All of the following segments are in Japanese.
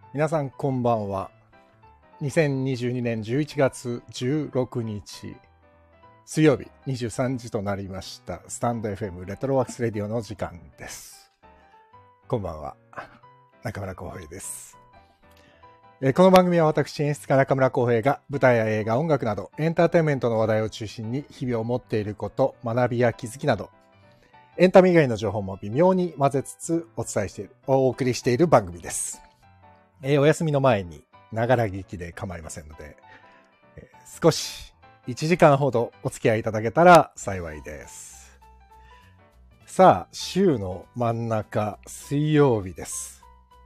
皆さんこんばんは。2022年11月16日水曜日23時となりました。スタンド FM レトロワークスレディオの時間です。こんばんは、中村浩平です。この番組は私演出家中村浩平が舞台や映画、音楽などエンターテインメントの話題を中心に日々を持っていること、学びや気づきなどエンタメ以外の情報も微妙に混ぜつつお送りしている番組です。お休みの前にながら聞きで構いませんので、少し1時間ほどお付き合いいただけたら幸いです。さあ、週の真ん中水曜日です。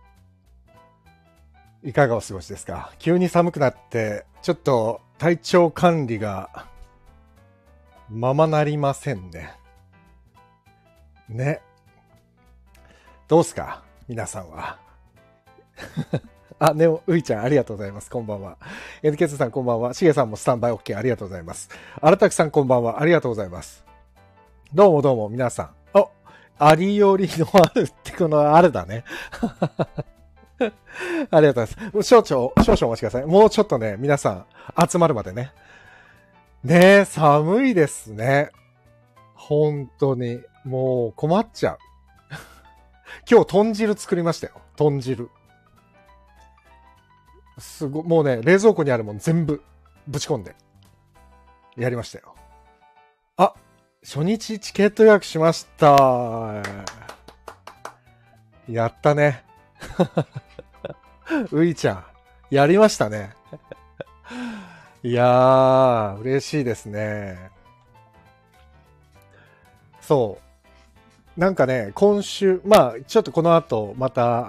いかがお過ごしですか？急に寒くなってちょっと体調管理がままなりませんね。ね。どうすか皆さんは。ねお、ういちゃんありがとうございます。こんばんは。NK2 さんこんばんは。しげさんもスタンバイ OK ありがとうございます。荒滝さんこんばんは。ありがとうございます。どうもどうも皆さん。ありよりのあるってこのあるだね。ありがとうございます。少々お待ちください。もうちょっとね、皆さん集まるまでね。ねえ、寒いですね。本当に。もう困っちゃう。今日豚汁作りましたよ。豚汁。すごい、もうね、冷蔵庫にあるもん全部ぶち込んでやりましたよ。初日チケット予約しました。やったね。ういちゃん、やりましたね。いやー、嬉しいですね。そう。なんかね、今週、ちょっとこの後、また、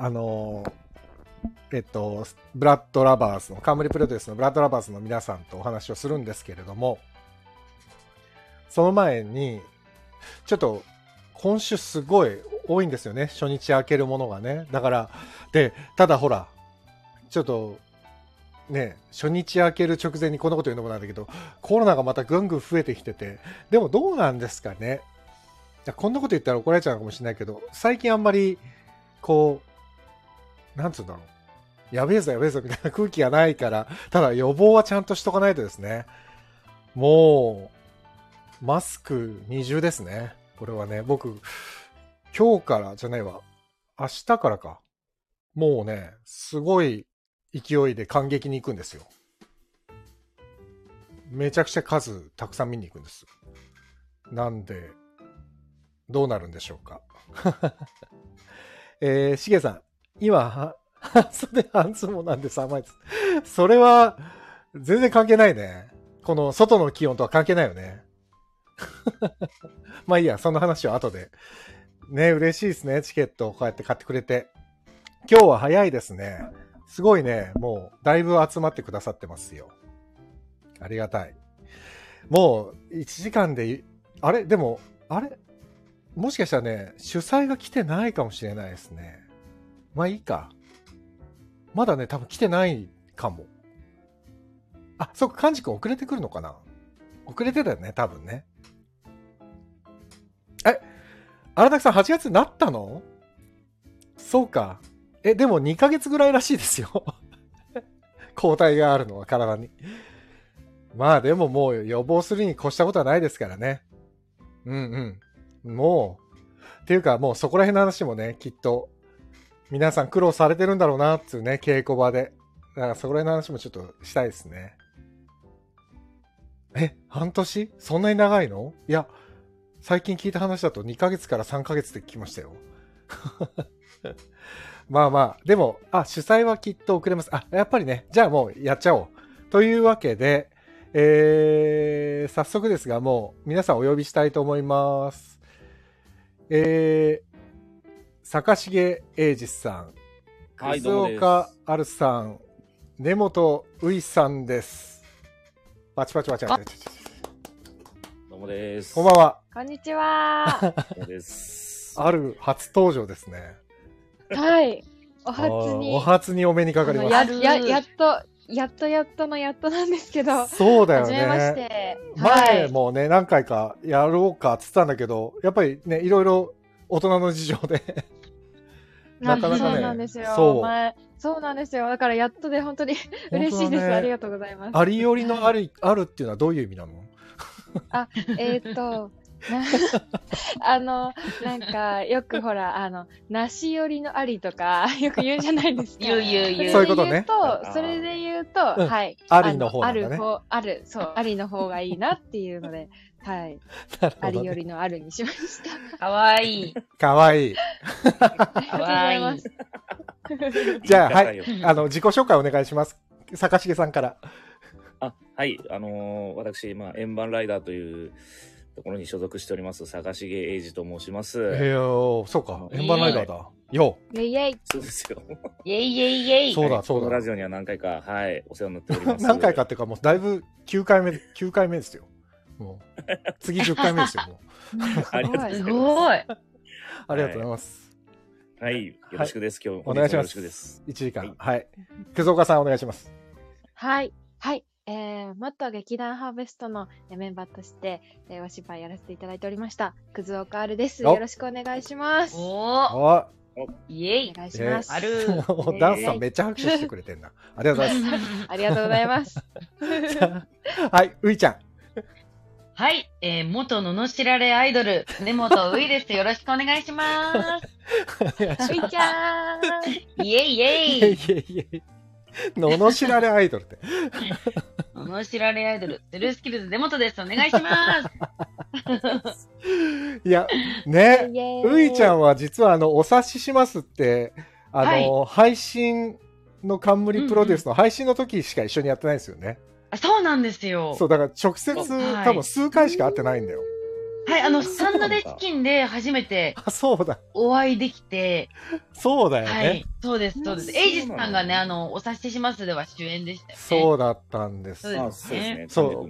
ブラッドラバーズの、冠プロデュースのブラッドラバーズの皆さんとお話をするんですけれども、その前に、ちょっと、今週すごい多いんですよね。初日開けるものがね。だから、ただほら、ちょっと、ね、初日開ける直前にこんなこと言うのもなんだけど、コロナがまたぐんぐん増えてきてて、でもどうなんですかね。こんなこと言ったら怒られちゃうかもしれないけど、最近あんまり、なんつうんだろう。やべえぞみたいな空気がないから、ただ予防はちゃんとしとかないとですね。もう、マスク二重ですね。これはね、僕、今日からじゃないわ。明日からか。もうね、すごい勢いで感激に行くんですよ。めちゃくちゃ数たくさん見に行くんです。なんで、どうなるんでしょうか。しげさん、今、半袖半ズボンなんで寒いです。それは、全然関係ないね。この外の気温とは関係ないよね。まあいいや、その話は後で。ね、嬉しいですね。チケットをこうやって買ってくれて。今日は早いですね。すごいね、もうだいぶ集まってくださってますよ。ありがたい。もう1時間で、でも、もしかしたらね、主催が来てないかもしれないですね。まあいいか。まだね、多分来てないかも。そっか、幹事くん遅れてくるのかな？遅れてたよね、多分ね。荒滝さん8月になったの？そうか。でも2ヶ月ぐらいらしいですよ。抗体があるのは体に。まあでももう予防するに越したことはないですからね。うんうん。もう、っていうかもうそこら辺の話もね、きっと皆さん苦労されてるんだろうなっていうね、稽古場で。だからそこら辺の話もちょっとしたいですね。半年？そんなに長いの？いや、最近聞いた話だと2ヶ月から3ヶ月で聞きましたよ。まあ、でも、主催はきっと遅れます。やっぱりね、じゃあもうやっちゃおう。というわけで、早速ですが、もう皆さんお呼びしたいと思います。坂重英二さん、葛岡あるさん、根本ういさんです。パチパチ。 どうもです。 こんばんは。 こんにちは。 です。 ある初登場ですね。 はい。お初にお目にかかります。 やっとのやっとなんですけど。 そうだよね。 はじめまして。 前もね、何回かやろうかって言ってたんだけど、やっぱりね、いろいろ大人の事情でなかなかね。 そうなんですよ。 そうそうなんですよ。だからやっとで本当に嬉しいです。ありがとうございます。 ありよりのあるっていうのはどういう意味なの？ あ、なんか、よくほら、なし寄りのありとか、よく言うじゃないですか。 言う。 そういうことね。 それで言うと、はい。 ありの方なんだね。 ありの方がいいなっていうので、はい。ありよりのあるにしました。 かわいい。 かわいい。 かわいい。 じゃあ、はい。自己紹介お願いします。坂重さんから。 はい。私、円盤ライダーというところに所属しております、坂重英二と申します。 そうか。円盤ライダーだ。よ。 イェイイェイ。 そうですよ。 イェイイェイイェイ。 そうだ。 このラジオには何回か、はい、お世話になっております。 何回かっていうか、もうだいぶ9回目ですよ。もう、次10回目ですよ、もう。 ありがとうございます。 すごい。 ありがとうございます。 はい。よろしくです。今日お願いします。 よろしくです。 1時間。はい。くぞかさんお願いします。 はい。元劇団ハーベストのメンバーとして、お芝居やらせていただいておりました、くずおかあるです。よろしくお願いします。 おイェイ。 お願いします。 ダンスさんめっちゃ拍手してくれてんな。ありがとうございます。 ありがとうございます。 はい、ういちゃん。 はい、元ののしられアイドル、根本ういです。よろしくお願いします。 ういちゃーん。イェイイェイ。 ののしられアイドルって。 ののしられアイドル、スルースキルズ根本です。お願いします。 いや、ね、ういちゃんは実はお察ししますって、配信の冠プロデュースの配信の時しか一緒にやってないんですよね。 そうなんですよ。 そう、だから直接、多分数回しか会ってないんだよ。 はい、スタンドでチキンで初めてお会いできて。 そうだよね。 はい、そうです。エイジさんがね、お察ししますでは主演でしたよね。 そうだったんです。 そうですね。 そう。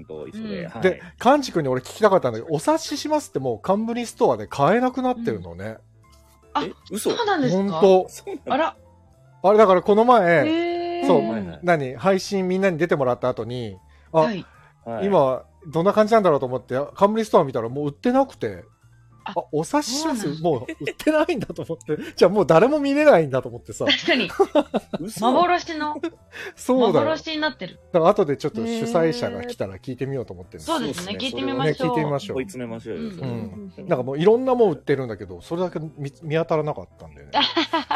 で、カンチ君に俺聞きたかったんだけど、お察ししますってもうカンブリストアで買えなくなってるのね。 嘘？ そうなんですか？ 本当。 あら。 あれだからこの前、そう、配信みんなに出てもらった後に、今、どんな感じなんだろうと思って、カンブリストア見たらもう売ってなくて、お察ししますもう売ってないんだと思って、じゃあもう誰も見れないんだと思ってさ。 確かに。幻の。 そうだよ。 幻になってる。 だから後でちょっと主催者が来たら聞いてみようと思ってるんです。 そうですね、聞いてみましょう。 聞いてみましょう。 追い詰めましょうよ。 なんかもういろんなもん売ってるんだけど、それだけ見当たらなかったんだよね。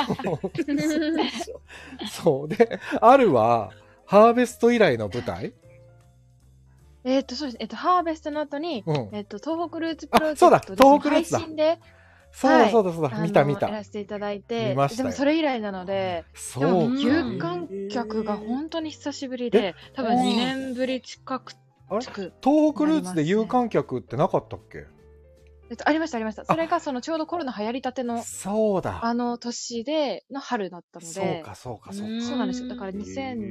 そう。で、あるは、ハーベスト以来の舞台？ そうです。ハーベストの後に、東北ルーツプロジェクトでそうだ、東北ルーツだ。 配信で、 そうだ、見た。 やらせていただいて、でもそれ以来なので、有観客が本当に久しぶりで、多分2年ぶり近く。 東北ルーツで有観客ってなかったっけ？ ありました。それがちょうどコロナ流行りたての、 そうだ。 年の春だったので、 そうなんですよ。だから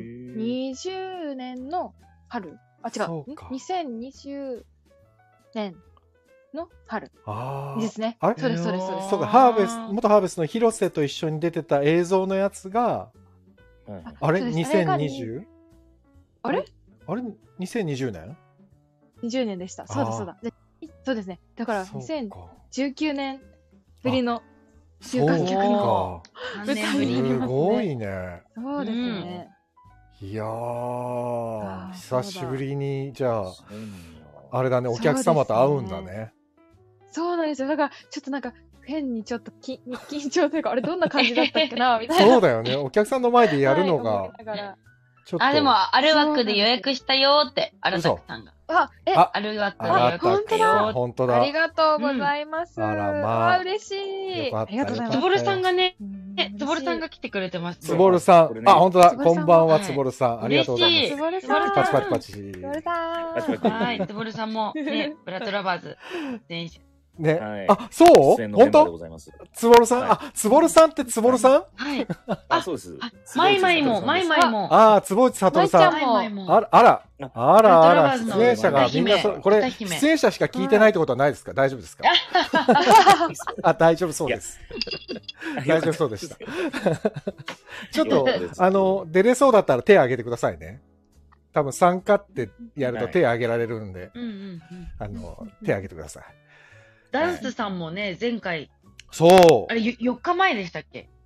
2020年の春。違う。2020年の春ですね。 あれ？ そうです。 そうか、元ハーベストの広瀬と一緒に出てた映像のやつが、あれ ?2020？ あれ ?2020 年 ?20 年でした。そうだ。そうですね。だから2019年ぶりの有観客の舞台になりますね。 すごいね。 そうですね。 いやー、久しぶりに、じゃあ、あれだね、お客様と会うんだね。 そうなんですよ。だから、ちょっとなんか、変にちょっと緊張というか、あれどんな感じだったっけな、みたいな。 そうだよね、お客さんの前でやるのが、 ちょっと。でも、ある枠で予約したよーって、荒崎さんが。ある枠で予約したよ。 本当だ。 ありがとうございます。 あらまあ。 嬉しい。 ありがとうございます。 つぼるさんがね、つぼるさんが来てくれてます。 つぼるさん。本当だ。こんばんは、つぼるさん。ありがとうございます。 つぼるさん。 パチパチパチ。 つぼるさん。 はい、つぼるさんも、ね、ブラッドラバーズ、選手。 ね。そう本当？つぼるさん？つぼるさんってつぼるさん？ はい。 そうです。 マイマイも。 坪内悟さん。あら、出演者がみんな、これ、出演者しか聞いてないってことはないですか？大丈夫ですか？大丈夫そうです。大丈夫そうでした。ちょっと、出れそうだったら手挙げてくださいね。多分参加ってやると手挙げられるんで、手挙げてください。 ダンスさんもね、前回。 そう。 あれ、4日前でしたっけ？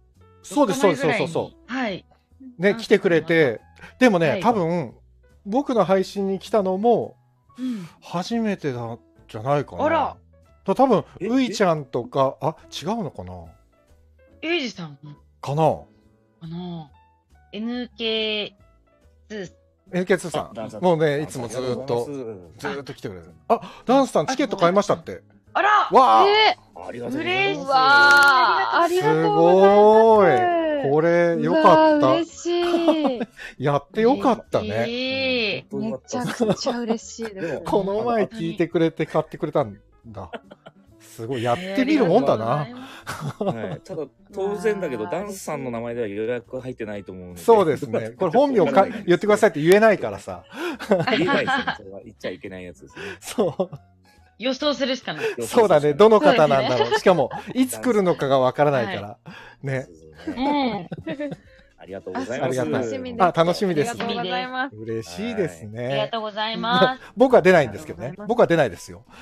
そうです、そうです、 4日前ぐらいにそう。 はい。 ね、来てくれて、でもね、 はい多分、僕の配信に来たのも、 うん。 初めてだ、じゃないかな。 あら多分、 えういちゃんとか、あ、違うのかなゆうじさんかなかな ?NK2 NK2 さダンさん。もうね、いつもずーっと、ずーっと来てくれる。あ、ダンスさんチケット買いましたって。 あらわあ、 ありがとうございます。 嬉しいわあ、ありがすとうごございーい。 ます。 これ、よかっうわあた嬉。しい。 やってよかったね。 ね。 めちゃくちゃ嬉しいです。 この前聞いてくれて買ってくれたんだ。すごい、やってみるもんだな。 はい、ただ、当然だけど、ダンスさんの名前では予約入ってないと思うので。 そうですね。これ本名か言ってくださいって言えないからさ。 言えないですよね。それは言っちゃいけないやつですね。 そ予想するしかない。 う。そうだね。どの方なんだろう。しかも、いつ来るのかがわからないから。ね。 うん。 ありがとうございます。 ありがたい楽しみです。 あ楽しみですありがとうございます。 嬉しいですありねが。とうございま僕は出ないんですけどね。僕は出ないですよ。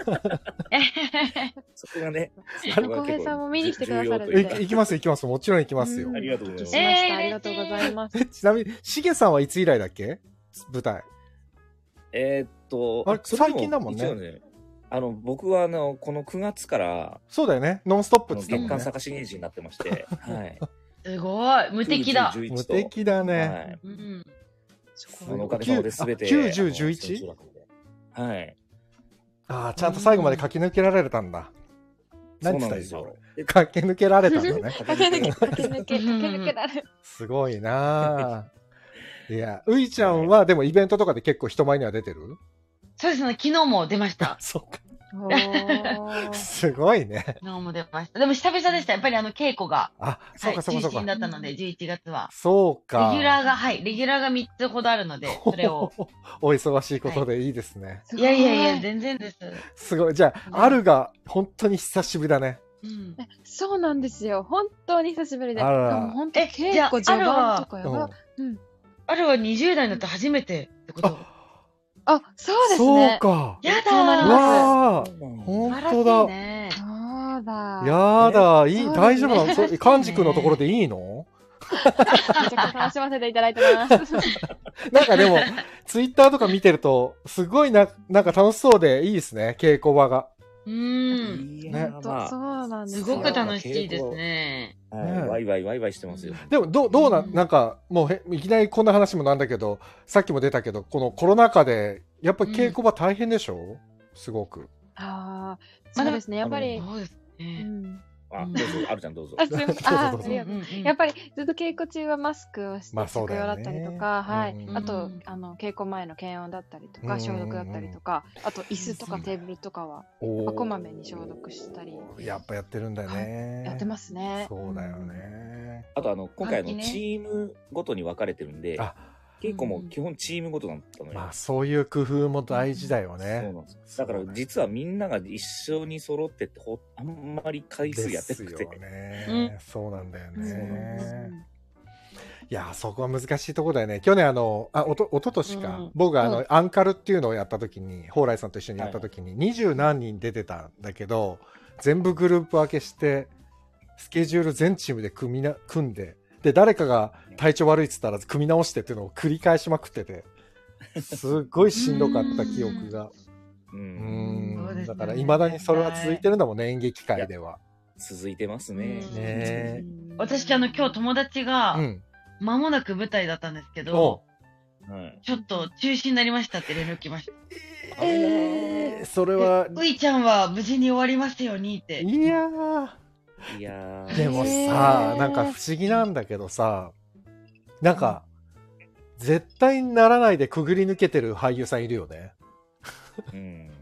そこがね、 あの小平さんも見に来てくださるんで行きます、行きます。もちろん行きますよう。んありがとうございますお聞きしました。ありがとうございます。 ちなみに、しげさんはいつ以来だっけ舞台。 あれそれも最近だもんね一応僕はこの9月から、 そうだよね。ノンストップって言ったもんね。 月間探し芸人になってまして、はい。 すごい。無敵だ。 9、10 11 無と敵だね。 はい。 うん。 そのおかげさまで全て。 9 10 11 千秋楽ではい。 ああ、ちゃんと最後まで駆け抜けられたんだ。 そう何なんですよて言ったらいいの。で駆け抜けられたんだね。 駆け抜けられる。 すごいなぁ。いや、ういちゃんはでもイベントとかで結構人前には出てる？ そうですね。昨日も出ました。 そうか。 おーすごいね。 昨日も出ました。でも久々でした。やっぱり稽古が、 あ、そうかそうかそうか。 中心だったので、11月は。 そうか。 レギュラーが、レギュラーが3つほどあるので、それを。 お忙しいことでいいですね。 いやいやいや、全然です。 すごい。じゃあ、あるが本当に久しぶりだね。 うん。 そうなんですよ。本当に久しぶりで。 あらでも本当稽じゃあ古序盤とかやうんば。 あるは20代になって初めてってこと。 あ、そうですそうね。 か。 やそうなりだわあ、 素本晴らしい当だ。 ね。 そうだ。 やだ、いい、 そうですね大丈夫なの？そう漢字くんのところでいいの？ めちゃくちゃ楽しませていただいてます。 なんかでも、ツイッターとか見てると、すごいなんか楽しそうでいいですね、稽古場が。 うん。 いねやまあそうなんですすよ。 ごく楽しいですね。 はいねワイワイワイワイしてますよ。 でも、どうなんか、もういきなりこんな話もなんだけど、さっきも出たけど、このコロナ禍で、やっぱり稽古場大変でしょ？すごく。 ああ、そうですね。やっぱり。 そうですうね。 んあ、どうぞ、あるちゃんどうぞ。 あ、すいません。あどうぞありがとう。 うんうんやっぱりずっと稽古中はマスクをしてまあそう着用だだよねったりとか、はいうん。 あとうん、 稽古前の検温だったりとか、 うん消毒だったりとか、あと椅子とかテーブルとかは、 おーこまめに消毒したり、 やっぱやってるんだよね。 やってますね。 そうだよね。 あと今回換気ねチームごとに分かれてるんで、 あ、 稽古も基本チームごとだったのよ。 まあそういう工夫も大事だよそうね。 なんです。だから実はみんなが一緒に揃ってってあんまり回数やってなくてですよ。ね。そうなんだようんね。いや、そこは難しいところだよね。去年おととしか、 うん僕がアンカルっていうのをやった時に、蓬莱さんと一緒にやった時に、20何人出てたんだけど、全部グループ分けして、スケジュール全チームで組んで、で、誰かが体調悪いっつったら組み直してっていうのを繰り返しまくってて、すっごいしんどかった記憶が。 そうですねだから未だにそれは続いてるんだもんね、演劇界では。 続いてますね。 うんね私、今日友達がう、ん。 間もなく舞台だったんですけおど、 はい。 ちょっと中止になりましたって連絡来ました。 それは、 ういちゃんは無事に終わりますようにって。 いやー。 いやーでもへさ、 ーなんか不思議なんだけどさ、なんか、絶対にならないでくぐり抜けてる俳優さんいるよね。 うん。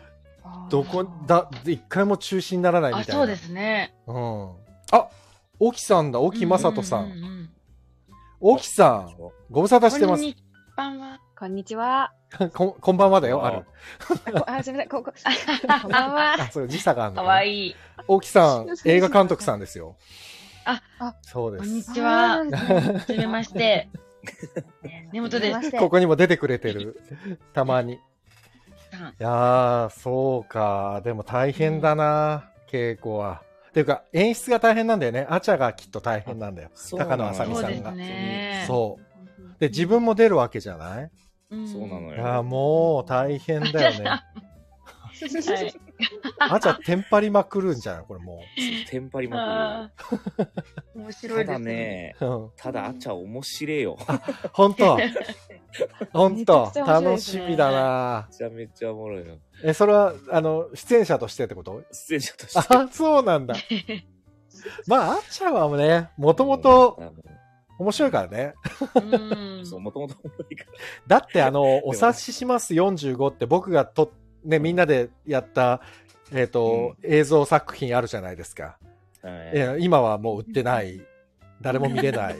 一回も中止にならないみあ、 たいな。 そうですね。 うん。あ、沖さんだ、沖正人さ。 うんん。 沖さん、ご無沙汰してます。 こんにちは。 こんにちは。 こんばんはだよ、ある。 あ、すみません。こんばんは。 あ、そう、時差があるのかかなわいい。 沖さん、映画監督さんですよ。 あ、 そうでこんにす。 ちは。 そうですねはじめまして。根本です。 ここにも出てくれてる。たまに。いやー、そうか。でも大変だな、稽古は。 っていうか、演出が大変なんだよね。アチャがきっと大変なんだよ。 そうなのよ高野あさみさんが。 そうですね。 そう。で、自分も出るわけじゃない？ そうなのよ。 いや、もう大変だよね。 はい。 アチャテンパりまくるんじゃん、これもテンパりま面く白いでする。ただ。ね、 う。うん。 ただあっちゃ面白いよ。 ほんと。ほんとめちゃくちゃ面白い楽ですねしみだな。 めちゃめちゃおもろいよ。 それは、出演者としてってこと？ 出演者として。 あ、そうなんだ。まあ、あっちゃんはね、もともと面白いからね。 そう、もともとおもろいから。 だってお察しします45って僕がね、みんなでやった、映像作品あるじゃないですか。今はもう売ってない。誰も見れない。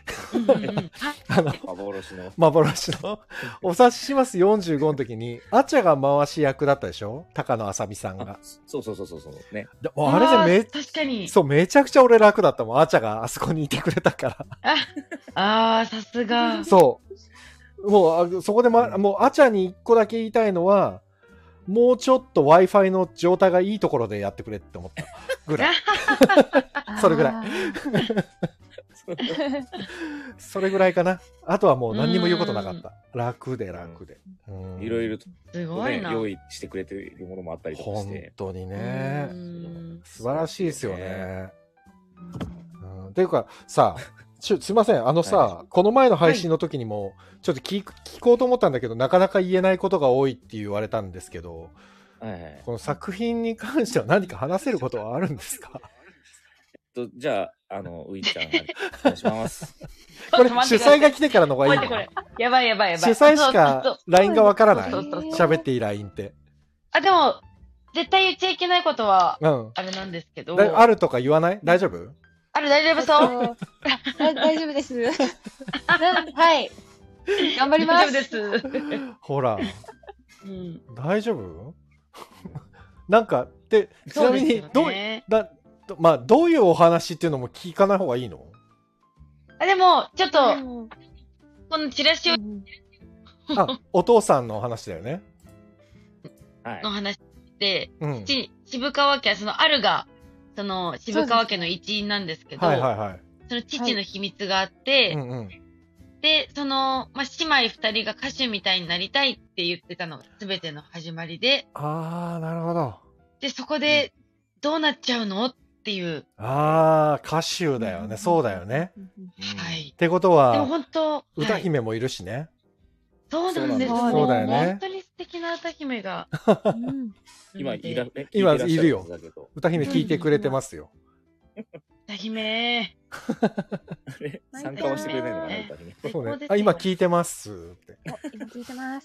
幻の。お察しします45の時に、アチャが回し役だったでしょ？高野あさみさんが。 そう。ね。 あれで確かに。 そう、めちゃくちゃ俺楽だったもん。アチャがあそこにいてくれたから。 さすが。 そう。もう、そこでもう、アチャに一個だけ言いたいのは、もうちょっと Wi-Fi の状態がいいところでやってくれって思ったぐらい。それぐらい。それぐらいかな。あとはもう何にも言うことなかった。楽で。 いろいろとすごいな。 用意してくれているものもあったりとかして。 本当にね。素晴らしいですよね。っていうか、さ、すいません。この前の配信の時にも、ちょっと聞こうと思ったんだけど、なかなか言えないことが多いって言われたんですけど、この作品に関しては何か話せることはあるんですか？ じゃあ、ういちゃん、お願いします。 これ、主催が来てからの方がいいの？ これ。やばい。 主催しか LINE がわからない？喋っていい LINE って。 でも、絶対言っちゃいけないことは、あれなんですけど。 あるとか言わない？大丈夫？ 大丈夫そう大丈夫です。はい。頑張ります。 大丈夫です。 ほら。大丈夫？なんか、ちなみに、どういうお話っていうのも聞かない方がいいの？ でも、ちょっと、このチラシを、 お父さんの話だよね。 の話で、渋川家は、あるが、渋川家の一員なんですけど、その父の秘密があって、で、姉妹二人が歌手みたいになりたいって言ってたのが全ての始まりで。 なるほど。 で、そこで、どうなっちゃうのっていう。 歌手だよね。そうだよね。 はい。 ってことは、 でも本当、 歌姫もいるしね。 そうなんです。 そうだよね。 本当に素敵な歌姫が。 今いるよ。歌姫聞いてくれてますよ。 歌姫参加はしてくれないのかな、歌姫。 そうね。今聞いてますって。 今聞いてます。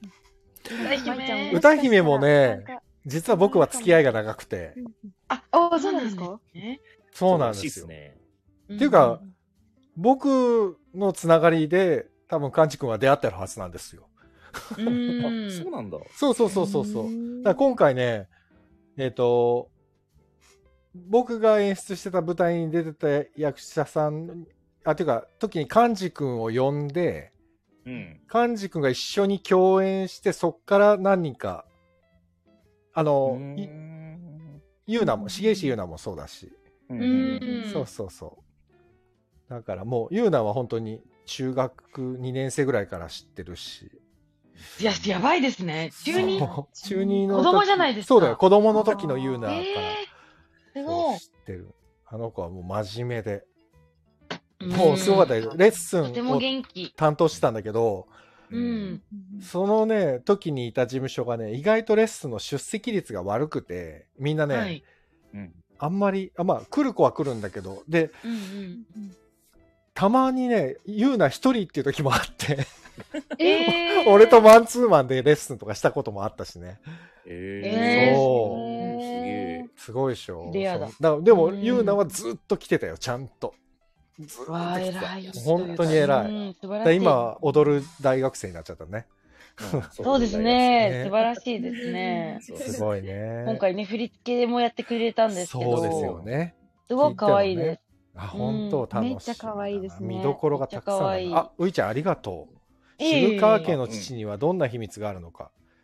歌姫もね、実は僕は付き合いが長くて。 そうなんですか？ そうなんですよ。っていうか、僕のつながりで、多分、カンチ君は出会ってるはずなんですよ。 そうなんだ。 そう。だから今回ね、僕が演出してた舞台に出てた役者さん、っていうか、時にカンジ君を呼んで、カンジ君が一緒に共演して、そっから何人か、ユーナも、重石ユーナもそうだし。そう。だからもう、ユーナは本当に中学2年生ぐらいから知ってるし。 いや、やばいですね。中二の。 子供じゃないですか。 そうだよ。子供の時のユーナから。 すごい。 知ってる。あの子はもう真面目で。もうすごかったよ。レッスンを担当してたんだけど、そのね、時にいた事務所がね、意外とレッスンの出席率が悪くて、みんなね、あんまり、来る子は来るんだけど、で、たまにね、ユーナ一人っていう時もあって俺とマンツーマンでレッスンとかしたこともあったしね。すごいでしょ。 レアだ。 でも、ユーナはずっと来てたよ、ちゃんと。 偉い。 本当に偉い。今、踊る大学生になっちゃったね。 そうですね。素晴らしいですね。 すごいね。 今回ね、振り付けもやってくれたんですけど。 そうですよね。 すごく可愛いです。 本当楽しい。 めっちゃ可愛いですね。 見どころがたくさんある。ういちゃんありがとう。渋川家の父にはどんな秘密があるのか。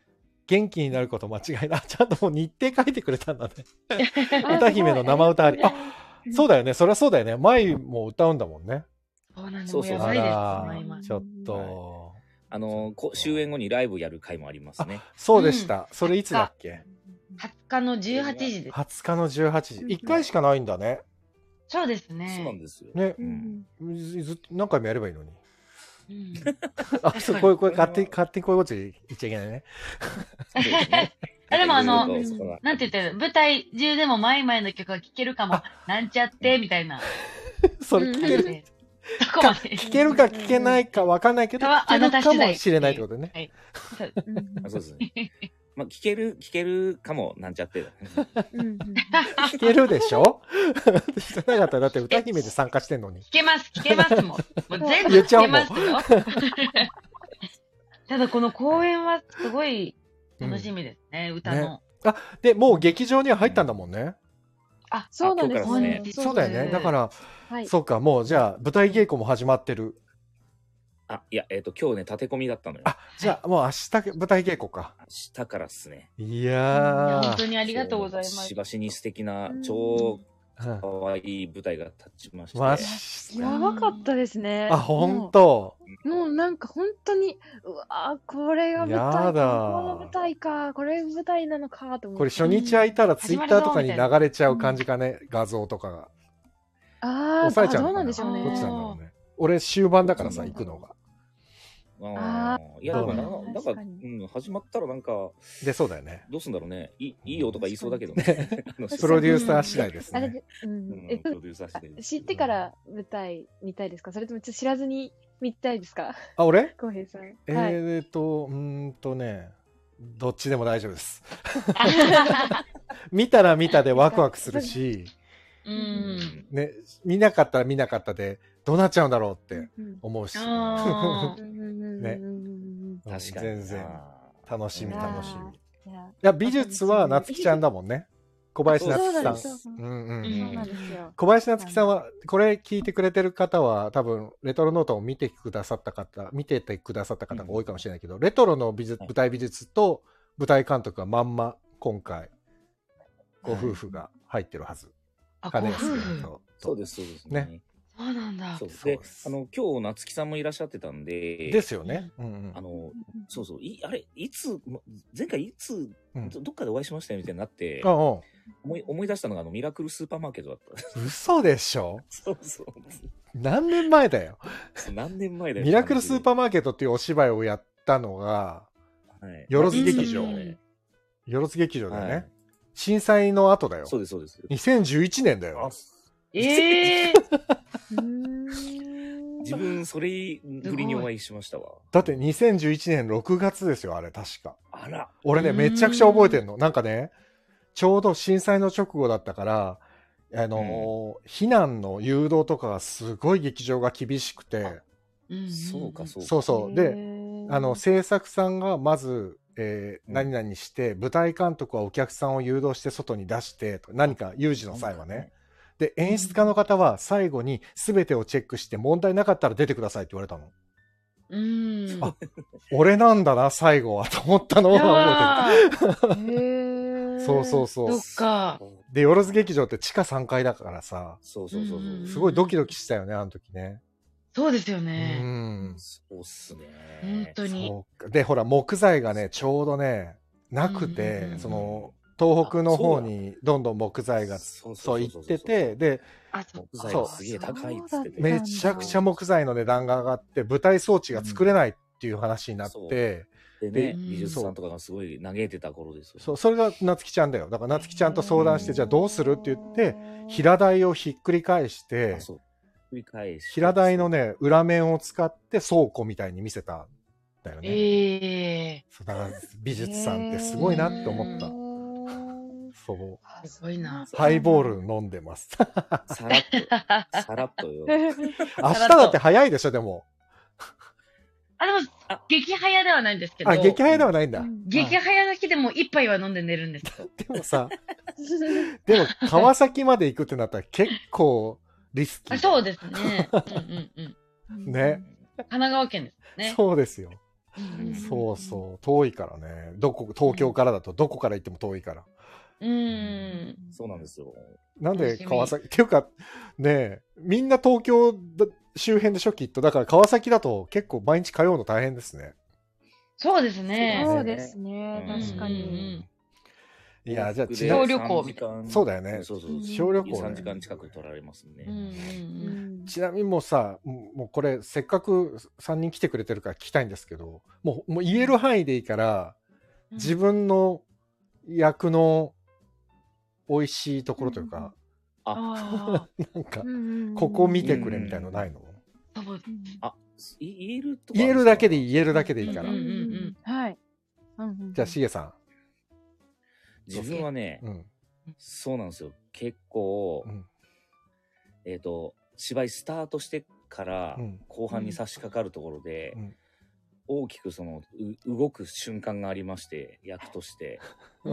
元気になること間違いない。ちゃんともう日程書いてくれたんだね。歌姫の生歌あり。あ、そうだよね。そりゃそうだよね。舞も歌うんだもんね。 そうなんです。 そうそうそう。 ちょっと。 終演後にライブやる回もありますね。 そうでした。それいつだっけ ？20日の18時です。 20日の18時。1回しかないんだね。 そうですね。 そうなんですよ。 ね。ずっと何回もやればいいのに。あ、そう、これ勝手にこういうこと言っちゃいけないね。 でもなんて言ったら、舞台中でも前々の曲が聴けるかも、なんちゃって、みたいな。 それ聞ける。聞けるか聞けないか分かんないけど、聞けるかもしれないってことね。 はい。そうですね。まあ、聞けるかもなんちゃって。 聞けるでしょ？聞かなかったらだって歌姫で参加してんのに。 聞けますもん。もう全部聞けますよ。ただこの公演はすごい楽しみですね、歌の。 あ、で、もう劇場には入ったんだもんね。 あ、そうなんですね。 そうだよね。だから、そうか、もうじゃあ舞台稽古も始まってる。 あ、いや、今日ね、立て込みだったのよ。 あ、じゃあ、もう明日舞台稽古か。 明日からっすね。 いやー。本当にありがとうございます。 しばしに素敵な、超かわいい舞台が立ちまして。 やばかったですね。 あ、本当。 もうなんか本当に、うわこれが舞台か、この舞台か、これ舞台なのかと思って。 これ初日空いたらツイッターとかに流れちゃう感じかね、画像とかが。抑えちゃうのかな。 どうなんでしょうね。 どっちなんだろうね。俺終盤だからさ、行くのが。 いや、でもなんか、始まったらなんか、 で、そうだよね。 どうすんだろうね。いいよとか言いそうだけどね。 プロデューサー次第ですね。 知ってから舞台見たいですか？それとも知らずに見たいですか？ あ、俺？ 浩平さん。 どっちでも大丈夫です。見たら見たでワクワクするし、ね、見なかったら見なかったで、どうなっちゃうんだろうって思うし。ね。確かに。全然。楽しみ。いや、美術は夏希ちゃんだもんね。小林夏希さん。小林夏希さんは、これ聞いてくれてる方は、多分、レトロノートを見ててくださった方が多いかもしれないけど、レトロの舞台美術と舞台監督はまんま、今回、ご夫婦が入ってるはず。 金安君と。そうです、そうですね。 そうなんだ。 で、今日、夏希さんもいらっしゃってたんで。 ですよね。 そうそう。前回いつ、どっかでお会いしましたよみたいになって、思い出したのが、ミラクルスーパーマーケットだった。 嘘でしょ？ そうそう。 何年前だよ。 何年前だよ。 ミラクルスーパーマーケットっていうお芝居をやったのが、よろず劇場。よろず劇場だよね。震災の後だよ。 そうです、そうです。 2011年だよ。 自分、それぶりにお会いしましたわ。 だって2011年6月ですよ、あれ、確か。 あら。 俺ね、めちゃくちゃ覚えてんの。なんかね、ちょうど震災の直後だったから、避難の誘導とかがすごい劇場が厳しくて。 そうか、そうか。 そうそう。で、制作さんがまず、何々して、舞台監督はお客さんを誘導して外に出して、何か有事の際はね。で、演出家の方は最後に全てをチェックして問題なかったら出てくださいって言われたの。あ、俺なんだな、最後は、と思ったのを覚えてる。そうそうそう。 そっか。 で、よろず劇場って地下3階だからさ。 そうそうそう。 すごいドキドキしたよね、あの時ね。 そうですよね。 そうっすね。 本当に。 で、ほら、木材がね、ちょうどね、なくて、東北の方にどんどん木材がそう行ってて、で、 木材がすげえ高いっつってて。 めちゃくちゃ木材の値段が上がって、舞台装置が作れないっていう話になって、 でね、美術さんとかがすごい嘆いてた頃ですよ。 そう、それが夏希ちゃんだよ。だから夏希ちゃんと相談して、じゃあどうするって言って、平台をひっくり返して、平台のね、裏面を使って倉庫みたいに見せたんだよね。そう、だから美術さんってすごいなって思った。そう。 すごいな。 ハイボール飲んでます。 さらっとよ。 明日だって早いでしょ、でも。 でも、激早ではないんですけど。 激早ではないんだ。 激早の日でも一杯は飲んで寝るんですよ。 でもさ、川崎まで行くってなったら結構リスキー。 そうですね。 ね。 神奈川県ですね。 そうですよ。 そうそう、遠いからね。東京からだとどこから行っても遠いから。 そうなんですよ。 なんで川崎っていうかね、みんな東京周辺でしょきっと。だから川崎だと結構毎日通うの大変ですね。 そうですね。 そうですね。確かに。 いや、じゃあ小旅行みたいな。 そうだよね。 そう。 小旅行 3時間近く取られますね。 ちなみにもうさ、もうこれせっかく3人来てくれてるから聞きたいんですけど、もう言える範囲でいいから、自分の役の美味しいところというか、なんかここ見てくれみたいのないの？ 言えるとか言えるだけでいいから。 はい。 じゃあしげさん。 自分はね、そうなんですよ。結構、芝居スタートしてから後半に差し掛かるところで、大きく動く瞬間がありまして、役として。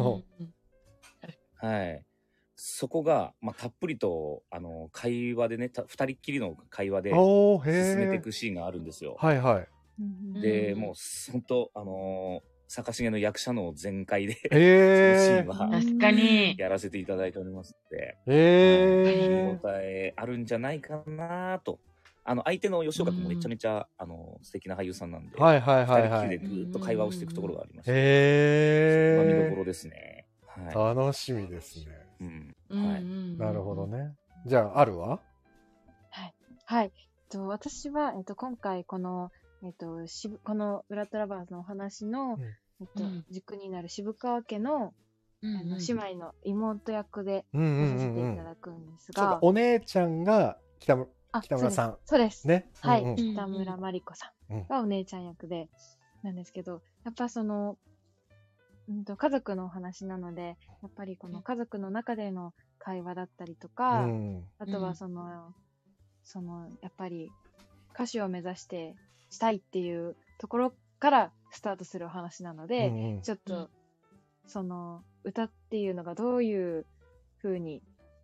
はい。そこが、たっぷりと、会話でね、二人っきりの会話で進めていくシーンがあるんですよ。 はいはい。 で、もう、本当坂重の役者の全開で、そのシーンは、 確かに。 やらせていただいておりますので、見応えあるんじゃないかなと。相手の吉岡君もめちゃめちゃ、素敵な俳優さんなんで、 はいはいはいはい。二人きりでずっと会話をしていくところがありまして、見どころですね。 楽しみですね。なるほどね。じゃあ、あるわ？ はい。私は、今回この、このブラッドラバーズのお話の、軸になる渋川家の、姉妹の妹役で出させていただくんですが、 お姉ちゃんが北村さん。 そうです。 ね。 はい。北村真理子さんがお姉ちゃん役で、なんですけど、やっぱ家族のお話なので、やっぱりこの家族の中での会話だったりとか、あとはやっぱり歌手を目指したいっていうところからスタートするお話なので、ちょっと、歌っていうのがどういう風に、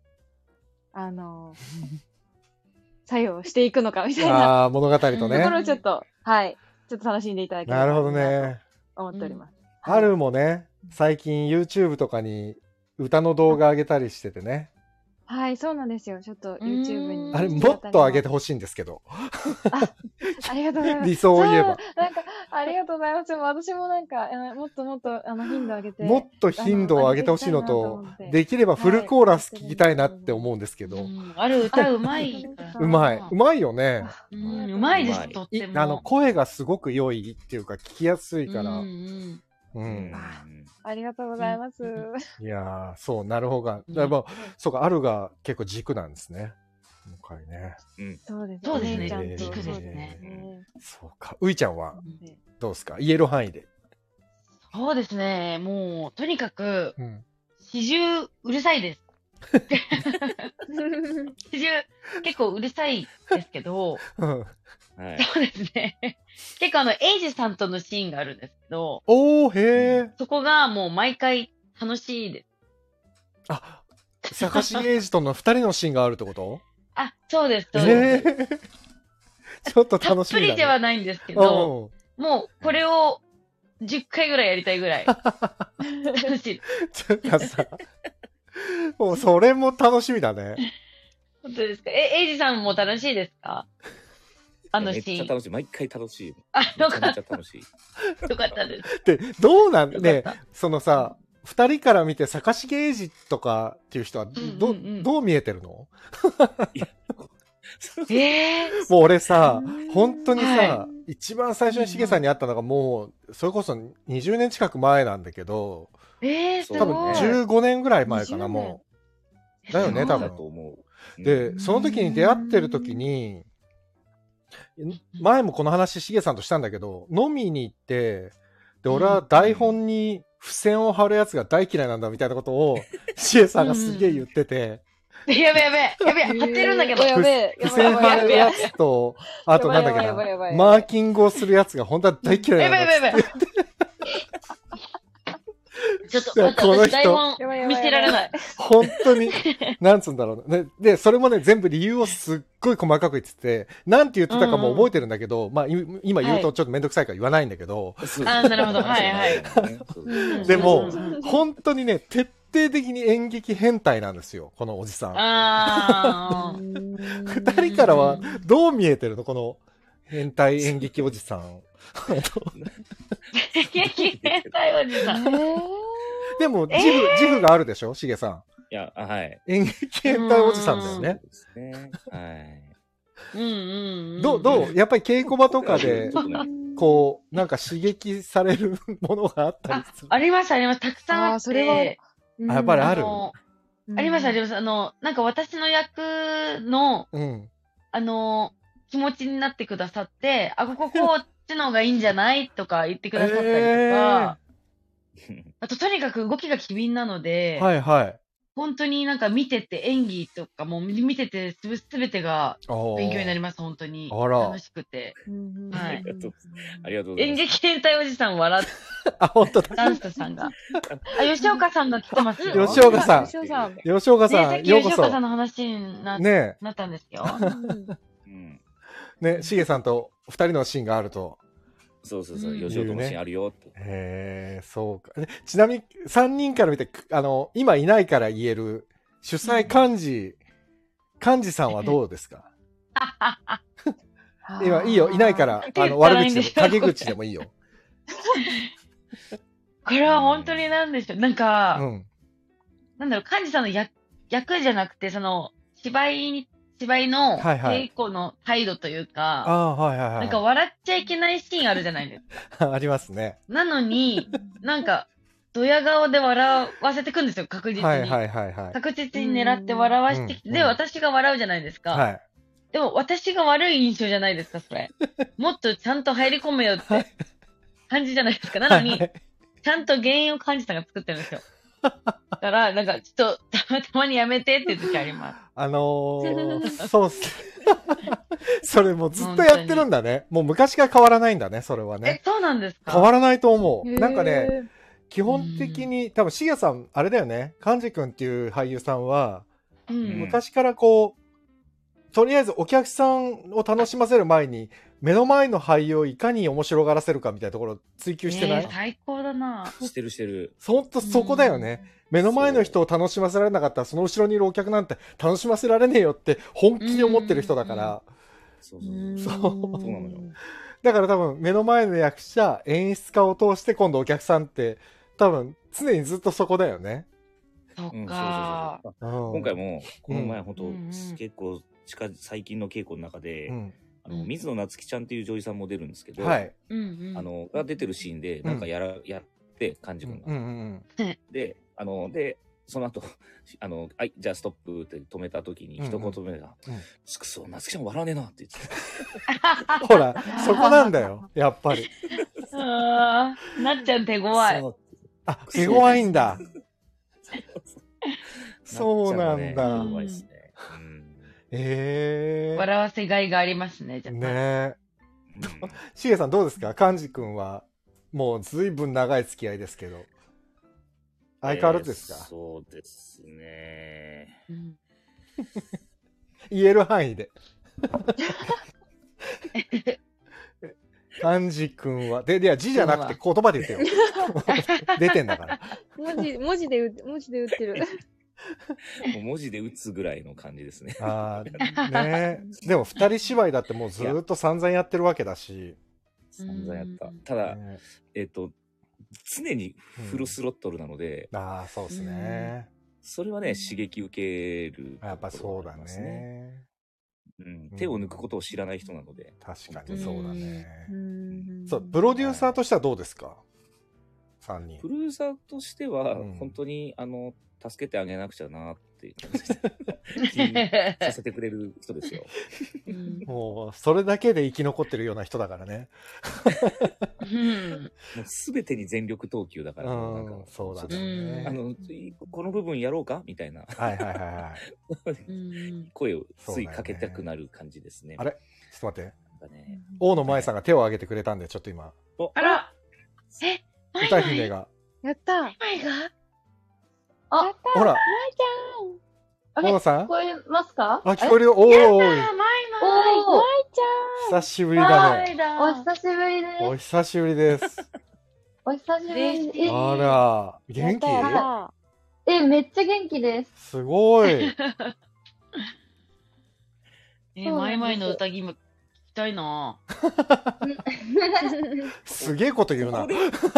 作用していくのかみたいな物語とね。 ところをちょっと楽しんでいただければなと思っております。 あるもね、最近 YouTube とかに歌の動画上げたりしててね。 はい、そうなんですよ。ちょっと YouTube に。 あれ、もっと上げてほしいんですけど。 ありがとうございます。 理想を言えば。 ありがとうございます。私ももっともっと、頻度上げて。 もっと頻度を上げてほしいのと、できればフルコーラス聞きたいなって思うんですけど。 あれ、歌うまい。 うまいよね。 うまいです、とっても。 声がすごく良いっていうか、聞きやすいから。 ありがとうございます。 いやー、そう、なるほど。そうか、あるが結構軸なんですね。今回ね。 そうですね。軸ですね。 そうか。ういちゃんはどうですか？言える範囲で。 そうですね。もう、とにかく、始終うるさいです。始終結構うるさいですけど、そうですね。結構エイジさんとのシーンがあるんですけど、そこがもう毎回楽しいです。 坂重エイジとの2人のシーンがあるってこと？ そうです、そうです。 ちょっと楽しみだね。 たっぷりではないんですけど、もうこれを10回ぐらいやりたいぐらい楽しい。 ちょっとさ、もうそれも楽しみだね。 本当ですか？エイジさんも楽しいですか？シーン。 めっちゃ楽しい。毎回楽しい。 よかった。めっちゃ楽しい。よかったです。 で、どうなんね、二人から見て坂重エイジとかっていう人はどう見えてるの？もう俺さ、本当にさ、一番最初にしげさんに会ったのがもう、それこそ20年近く前なんだけど、多分15年ぐらい前かな、もう。だよね、多分。で、その時に出会ってる時に、前もこの話しげさんとしたんだけど、飲みに行って、で、俺は台本に付箋を貼るやつが大嫌いなんだみたいなことを、しげさんがすげえ言ってて、 やべえ、貼ってるんだけど。 付箋貼るやつと、あとなんだっけな、マーキングをするやつが本当は大嫌いなんだって。 ちょっと待って、 この人台本見せられない。 本当に、なんつうんだろうね。で、それもね、全部理由をすっごい細かく言ってて、なんて言ってたかも覚えてるんだけど、まあ、今言うとちょっとめんどくさいから言わないんだけど。 なるほど。はいはい。 でも、本当にね、徹底的に演劇変態なんですよ、このおじさん。二人からはどう見えてるの、この変態演劇おじさん。 演劇変態おじさん。 でも、自負があるでしょ、しげさん。 いや、はい。 演劇変態おじさんだよね。 そうですね。はい。 どうやっぱり稽古場とかで、こう、なんか刺激されるものがあったりする？ あります、あります。たくさんあって。 それは。 やっぱりある？ あります、あります。なんか私の役の、気持ちになってくださって、こっちの方がいいんじゃないとか言ってくださったりとか、あと、とにかく動きが機敏なので、 はいはい。 本当になんか見てて、演技とかも見てて、すべてが勉強になります、本当に。楽しくて。 はい。ありがとうございます。 演劇変態おじさん笑って。 本当だ。 ダンスさんが。吉岡さんが来てますよ。 吉岡さん。吉岡さん、ようこそ。 吉岡さんの話になったんですよ。 ね、しげさんと二人のシーンがあると。 そう、吉岡のシーンあるよって。 そうか。ちなみに、3人から見て、今いないから言える、主催幹事さんはどうですか？今、いいよ、いないから、悪口でも、陰口でもいいよ。 これは本当になんでしょう。なんか、なんだろう、幹事さんの役じゃなくて、芝居の稽古の態度というか、なんか笑っちゃいけないシーンあるじゃないですか。 ありますね。 なのに、なんか、ドヤ顔で笑わせてくんですよ、確実に。確実に狙って笑わしてきて、で、私が笑うじゃないですか。でも、私が悪い印象じゃないですか、それ。もっとちゃんと入り込めよって感じじゃないですか。なのに、ちゃんと原因を幹事さんが作ってるんですよ。だから、なんか、ちょっと、たまにやめてっていう時あります。 そうっす。それもうずっとやってるんだね。もう昔から変わらないんだね、それはね。 そうなんですか？ 変わらないと思う。なんかね、基本的に、多分、しげさん、あれだよね。幹事くんっていう俳優さんは、昔からこう、とりあえずお客さんを楽しませる前に、目の前の俳優をいかに面白がらせるかみたいなところを追求してない？ 最高だな。 してる。 ほんとそこだよね。目の前の人を楽しませられなかったら、その後ろにいるお客なんて楽しませられねえよって本気で思ってる人だから。そうなのよ。だから多分目の前の役者、演出家を通して今度お客さんって多分常にずっとそこだよね。 そっか。 今回もこの前本当結構最近の稽古の中で、水野夏樹ちゃんっていう女優さんも出るんですけど、が出てるシーンでなんかやって幹事君が。で、その後、はい、じゃあストップって止めた時に一言目が、くそ、夏樹ちゃん笑わねえなって言ってた。ほら、そこなんだよ、やっぱり。 なっちゃん手強い。 手強いんだ。そうなんだ。 笑わせがいがありますね、じゃあ。 ね。しげさんどうですか？幹事くんは、もうずいぶん長い付き合いですけど。相変わらずですか？ そうですね。 言える範囲で。幹事くんは、いや字じゃなくて言葉で言ってよ。出てんだから。 文字で打ってる。 もう文字で打つぐらいの感じですね。 ね。でも二人芝居だってもうずっと散々やってるわけだし。 散々やった。ただ、常にフルスロットルなので。 そうですね。 それはね、刺激受ける。 やっぱそうだね。 手を抜くことを知らない人なので。 確かにそうだね。そう、プロデューサーとしてはどうですか？3人。 プロデューサーとしては、本当に、助けてあげなくちゃなっていう感じでさせてくれる人ですよ。 もう、それだけで生き残ってるような人だからね。 もう全てに全力投球だから、 そうだね。 この部分やろうかみたいな。声をついかけたくなる感じですね。 あれちょっと待って。大野舞さんが手を挙げてくれたんで、ちょっと今。 あら歌姫が。 やった。 マイがあ、 ほら。 マイちゃん。ママさん聞こえますか？ あ、聞こえるよ。おー。 マイちゃん。 久しぶりだね。 お久しぶりです。 お久しぶりです。 お久しぶりです。 あら、元気？ めっちゃ元気です。 すごい。 マイマイの歌今聞きたいな。 すげえこと言うな。ここで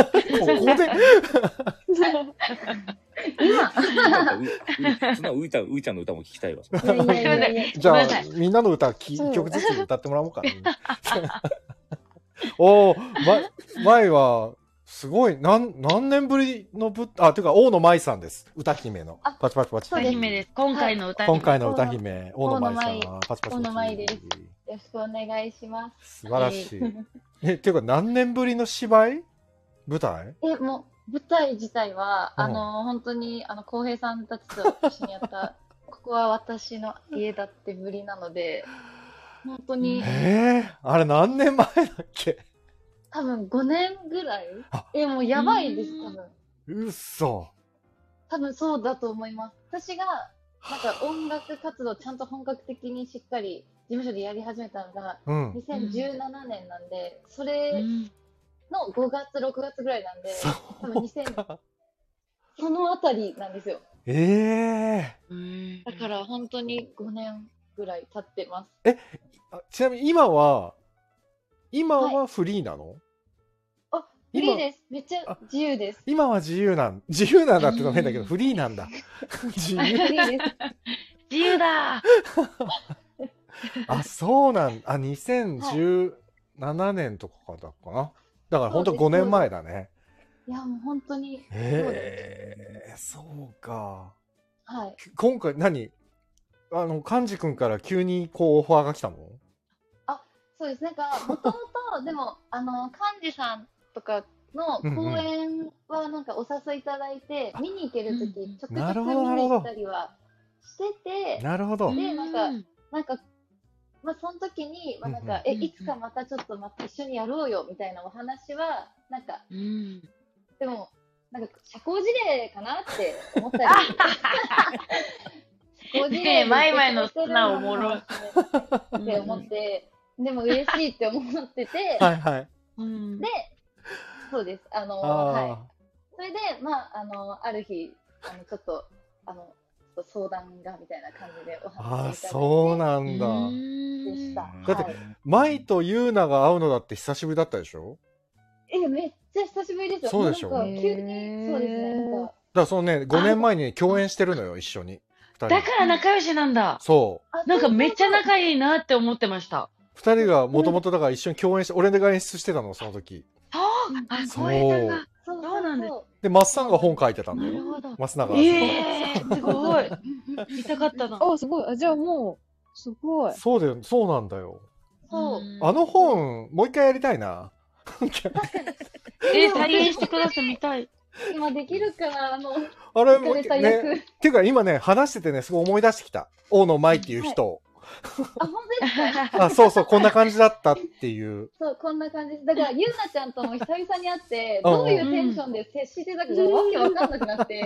今ういちゃんの歌も聞きたいわ。 じゃあみんなの歌一曲ずつ歌ってもらおうかな。おお、前はすごい何年ぶりのていうか大野舞さんです。歌姫のパチパチパチ。 歌姫です。今回の歌姫大野舞さんはパチパチパチ。 大野舞です。よろしくお願いします。 素晴らしい。っていうか何年ぶりの芝居？舞台？ もう舞台自体は本当に浩平さんたちと一緒にやったここは私の家だってぶりなので本当に。 あれ何年前だっけ？ 多分5年ぐらい。もうやばいです、多分。 嘘。 多分そうだと思います。私が、なんか音楽活動ちゃんと本格的にしっかり事務所でやり始めたのが、2017年なんで、それの5月、6月ぐらいなんで、多分そのあたりなんですよ。だから本当に5年ぐらい経ってます。 ちなみに今はフリーなの？ フリーです。めっちゃ自由です。 今は自由なんだってのは変だけど、フリーなんだ。自由だ。 そうなんだ。2017年とかだかな。だから本当5年前だね。 いや、もう本当に。 そうか。 はい。 今回幹事君から急にオファーが来たの？ そうです。なんか、もともと、でも、幹事さんとかの公演はなんかお誘いいただいて、見に行けるとき、ちょくちょく見に行ったりはしてて、 なるほど。 で、なんか、その時に、なんか、いつかまたちょっと一緒にやろうよ、みたいなお話は、なんか、でも、なんか、社交辞令かなって思ったり。社交辞令マイマイの素直おもろい。 って思って、でも嬉しいって思ってて、 はいはい。 で、そうです。はい。それで、ある日、ちょっと相談がみたいな感じでお話しいただいて。 そうなんだ。 でした。 だって、舞とユーナが会うのだって久しぶりだったでしょ？ めっちゃ久しぶりですよ。 そうでしょ？ 急に、そうですね。 だからそのね、5年前に共演してるのよ、一緒に。 だから仲良しなんだ。 そう。 なんかめっちゃ仲いいなって思ってました。 2人がもともとだから一緒に共演して、俺が演出してたの、その時。 そうなんです。 で、マッサンが本書いてたんだよ。 なるほど。 マスナが。 すごい。見たかったな。 すごい。じゃあもう、すごい。 そうだよ、そうなんだよ。 そう。 あの本、もう一回やりたいな。 再現してください、見たい。 今できるかな、 あれもね、っていうか今ね、話しててね、すごい思い出してきた。大野舞っていう人を。 本当ですか？ そうそう、こんな感じだったっていう。 そう、こんな感じです。だから、ゆうなちゃんとも久々に会って、どういうテンションで接してたかわけわかんなくなって。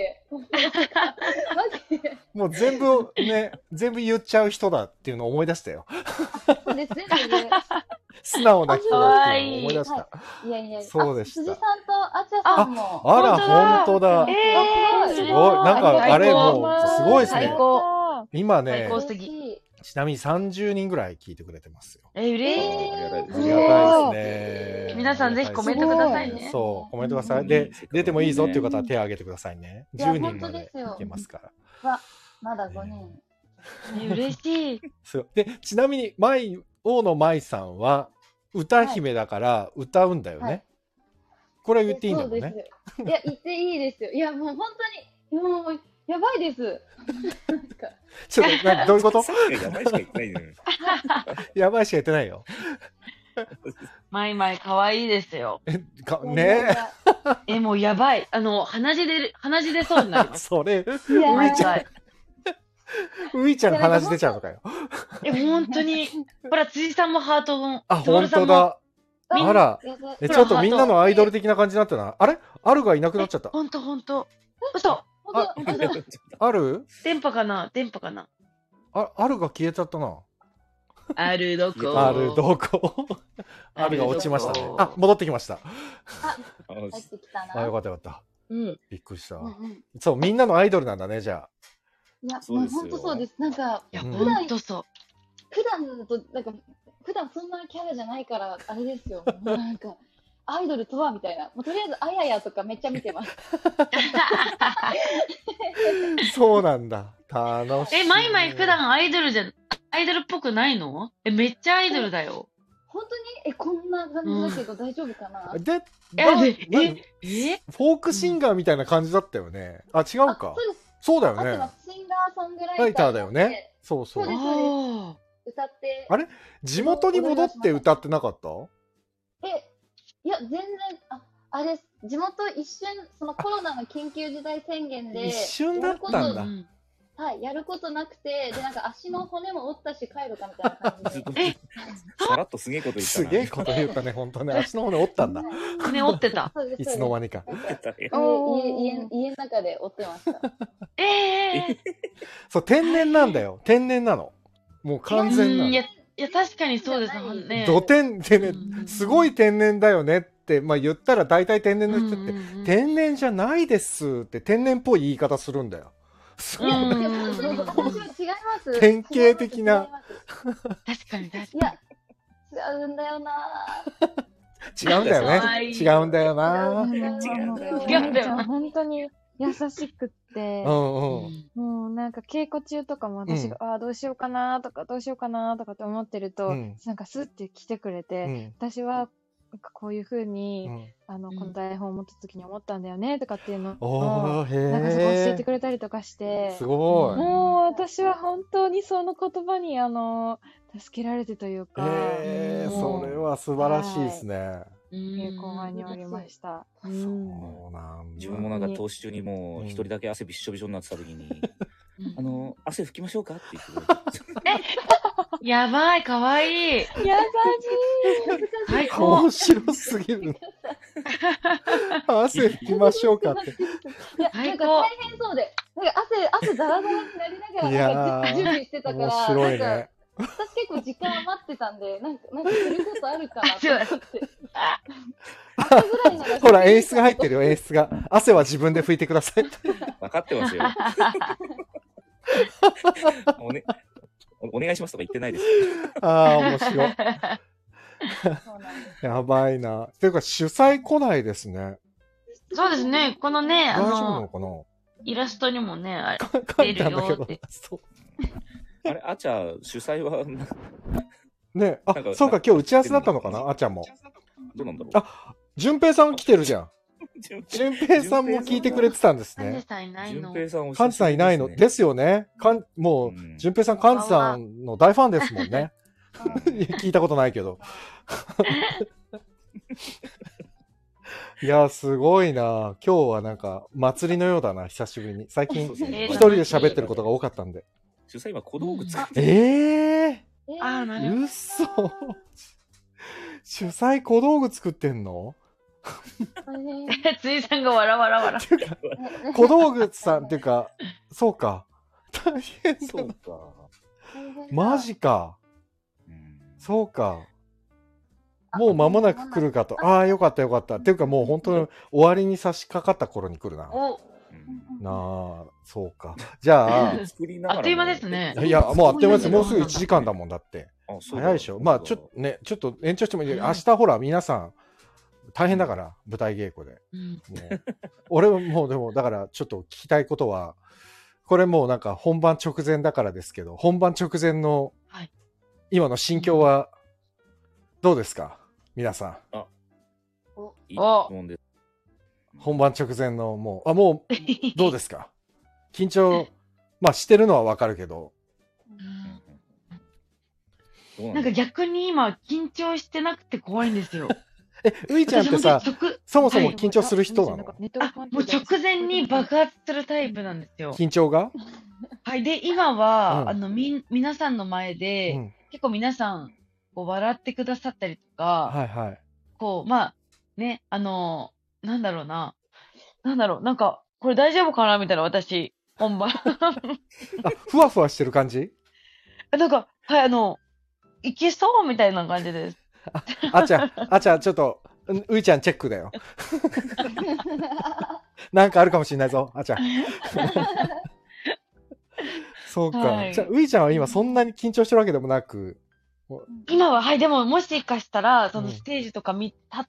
もう全部言っちゃう人だっていうのを思い出したよ。 そうです、全部ね。 素直な人だっていうのを思い出した。 いやいや、 そうでした。 辻さんとあちゃさんも。 あら、本当だ。すごい。なんか、あれもう、すごいですね。 最高。 今ね、 最高すぎ。 ちなみに30人ぐらい聞いてくれてますよ。 嬉しい。 ありがたいですね。 皆さんぜひコメントくださいね。 そう、コメントください。で、出てもいいぞっていう方は手を挙げてくださいね。10人までいけますから。 まだ5人。 嬉しい。 で、ちなみに、大野舞さんは、歌姫だから歌うんだよね。これは言っていいんだもんね。 いや、言っていいですよ。いや、もう本当に、もう、やばいです。 ちょっと、どういうこと？ やばいしか言ってないよ。 やばいしか言ってないよ。 マイマイ可愛いですよ。 ねえ。もうやばい。鼻血出そうになります。 それ、ういちゃん鼻血出ちゃうのかよ。 本当に。ほら、辻さんもハートの。 本当だ。 あら、ちょっとみんなのアイドル的な感じになってな。あれあるがいなくなっちゃった。 ほんと。嘘。 ある電波かなあるが消えちゃったな。 あるどこあるが落ちましたね。あ、戻ってきました。 入ってきたな。 よかった。びっくりした。そう、みんなのアイドルなんだね、じゃあ。 いや、もうほんとそうです。なんか、 ほんとそう。 普段そんなキャラじゃないから、あれですよ。なんか、アイドルとはみたいな。もうとりあえず、あややとかめっちゃ見てます。 そうなんだ。楽しい。 マイマイ普段アイドルっぽくないの？めっちゃアイドルだよ。 本当にこんな感じだけど大丈夫かな？ フォークシンガーみたいな感じだったよね。あ、違うか。そうだよね。 シンガーソングライターだよね。そう。 そうです。歌って。 あれ？地元に戻って歌ってなかった？ いや、全然、あれ、地元一瞬、そのコロナの緊急事態宣言で、 一瞬だったんだ。 はい、やることなくて、で、なんか足の骨も折ったし帰るかみたいな感じで。 さらっとすげえこと言ったな。 すげえこと言ったね、ほんとね。足の骨折ったんだ。 骨折ってた。 いつの間にか。 家の中で折ってました。 そう、天然なんだよ。天然なの。もう完全なの。 いや、確かにそうですもんね。 土天でね、すごい天然だよねって、言ったら大体天然の人って、天然じゃないですって天然っぽい言い方するんだよ。 私は違います。 典型的な。 確かに。いや、違うんだよな。 違うんだよね。違うんだよな。 本当に優しくって、もうなんか稽古中とかも私が、どうしようかなとかって思ってると、なんかスッて来てくれて、私はこういう風に、この台本を持った時に思ったんだよねとかっていうのを、なんかそこ教えてくれたりとかして、 すごい。 もう私は本当にその言葉に助けられてというか、 それは素晴らしいですね。 稽古場におりました。 そうなんだ。 自分もなんか投資中にもう一人だけ汗びっしょびしょになってた時に、汗拭きましょうかって言ってくれて。 やばい、かわいい。 優しい。 最高。 面白すぎる。汗拭きましょうかって。 いや、なんか大変そうで、なんか汗ザラザラになりながら、なんか準備してたから、 面白いね。 私結構時間余ってたんで、なんかすることあるかなと思って。 ほら、演出が入ってるよ、演出が。汗は自分で拭いてください。 分かってますよ。お願いしますとか言ってないです。 面白い。やばいな。ていうか、主催来ないですね。 そうですね。このね、 大丈夫なのかな？ イラストにもね、 書いたんだけど。 あれ、あちゃ主催はね、そうか、今日打ち合わせだったのかな、あちゃんも。 どうなんだろう。 淳平さん来てるじゃん。淳平さんも聞いてくれてたんですね。 淳平さんカンツさんいないのですよね。もう、淳平さん、カンツさんの大ファンですもんね。聞いたことないけど。いや、すごいな。今日はなんか、祭りのようだな、久しぶりに。最近、一人で喋ってることが多かったんで。 主催今小道具作ってる。 嘘。主催小道具作ってんの？ ついさんがわら。 小道具さんっていうか、そうか。大変だ。 そうか。 マジか。そうか。もう間もなく来るかと。よかったよかった。っていうかもう本当に終わりに差し掛かった頃に来るな。そうか。じゃあ。 あっという間ですね。 いや、もうあっという間です。もうすぐ1時間だもんだって。早いでしょ。まあちょっと延長してもいいけど、明日ほら皆さん大変だから、舞台稽古で。俺はもうでもだからちょっと聞きたいことは、これもうなんか本番直前だからですけど、本番直前の今の心境はどうですか皆さん。 いいもんです。 本番直前のもうどうですか緊張、してるのはわかるけど。 なんか逆に今緊張してなくて怖いんですよ。 ういちゃんってさ、そもそも緊張する人なの？ もう直前に爆発するタイプなんですよ。 緊張が？ はい。で、今は、皆さんの前で、結構皆さん、笑ってくださったりとか、 こう、まあ、ね、なんだろうな。なんか、これ大丈夫かなみたいな、私、本番。 ふわふわしてる感じ？ なんか、はい、いけそうみたいな感じです。 あちゃん、ちょっと、ういちゃんチェックだよ。なんかあるかもしれないぞ、あちゃん。そうか。はい、じゃあ、ういちゃんは今そんなに緊張してるわけでもなく。 今は、はい、でももしかしたら、そのステージとか立って、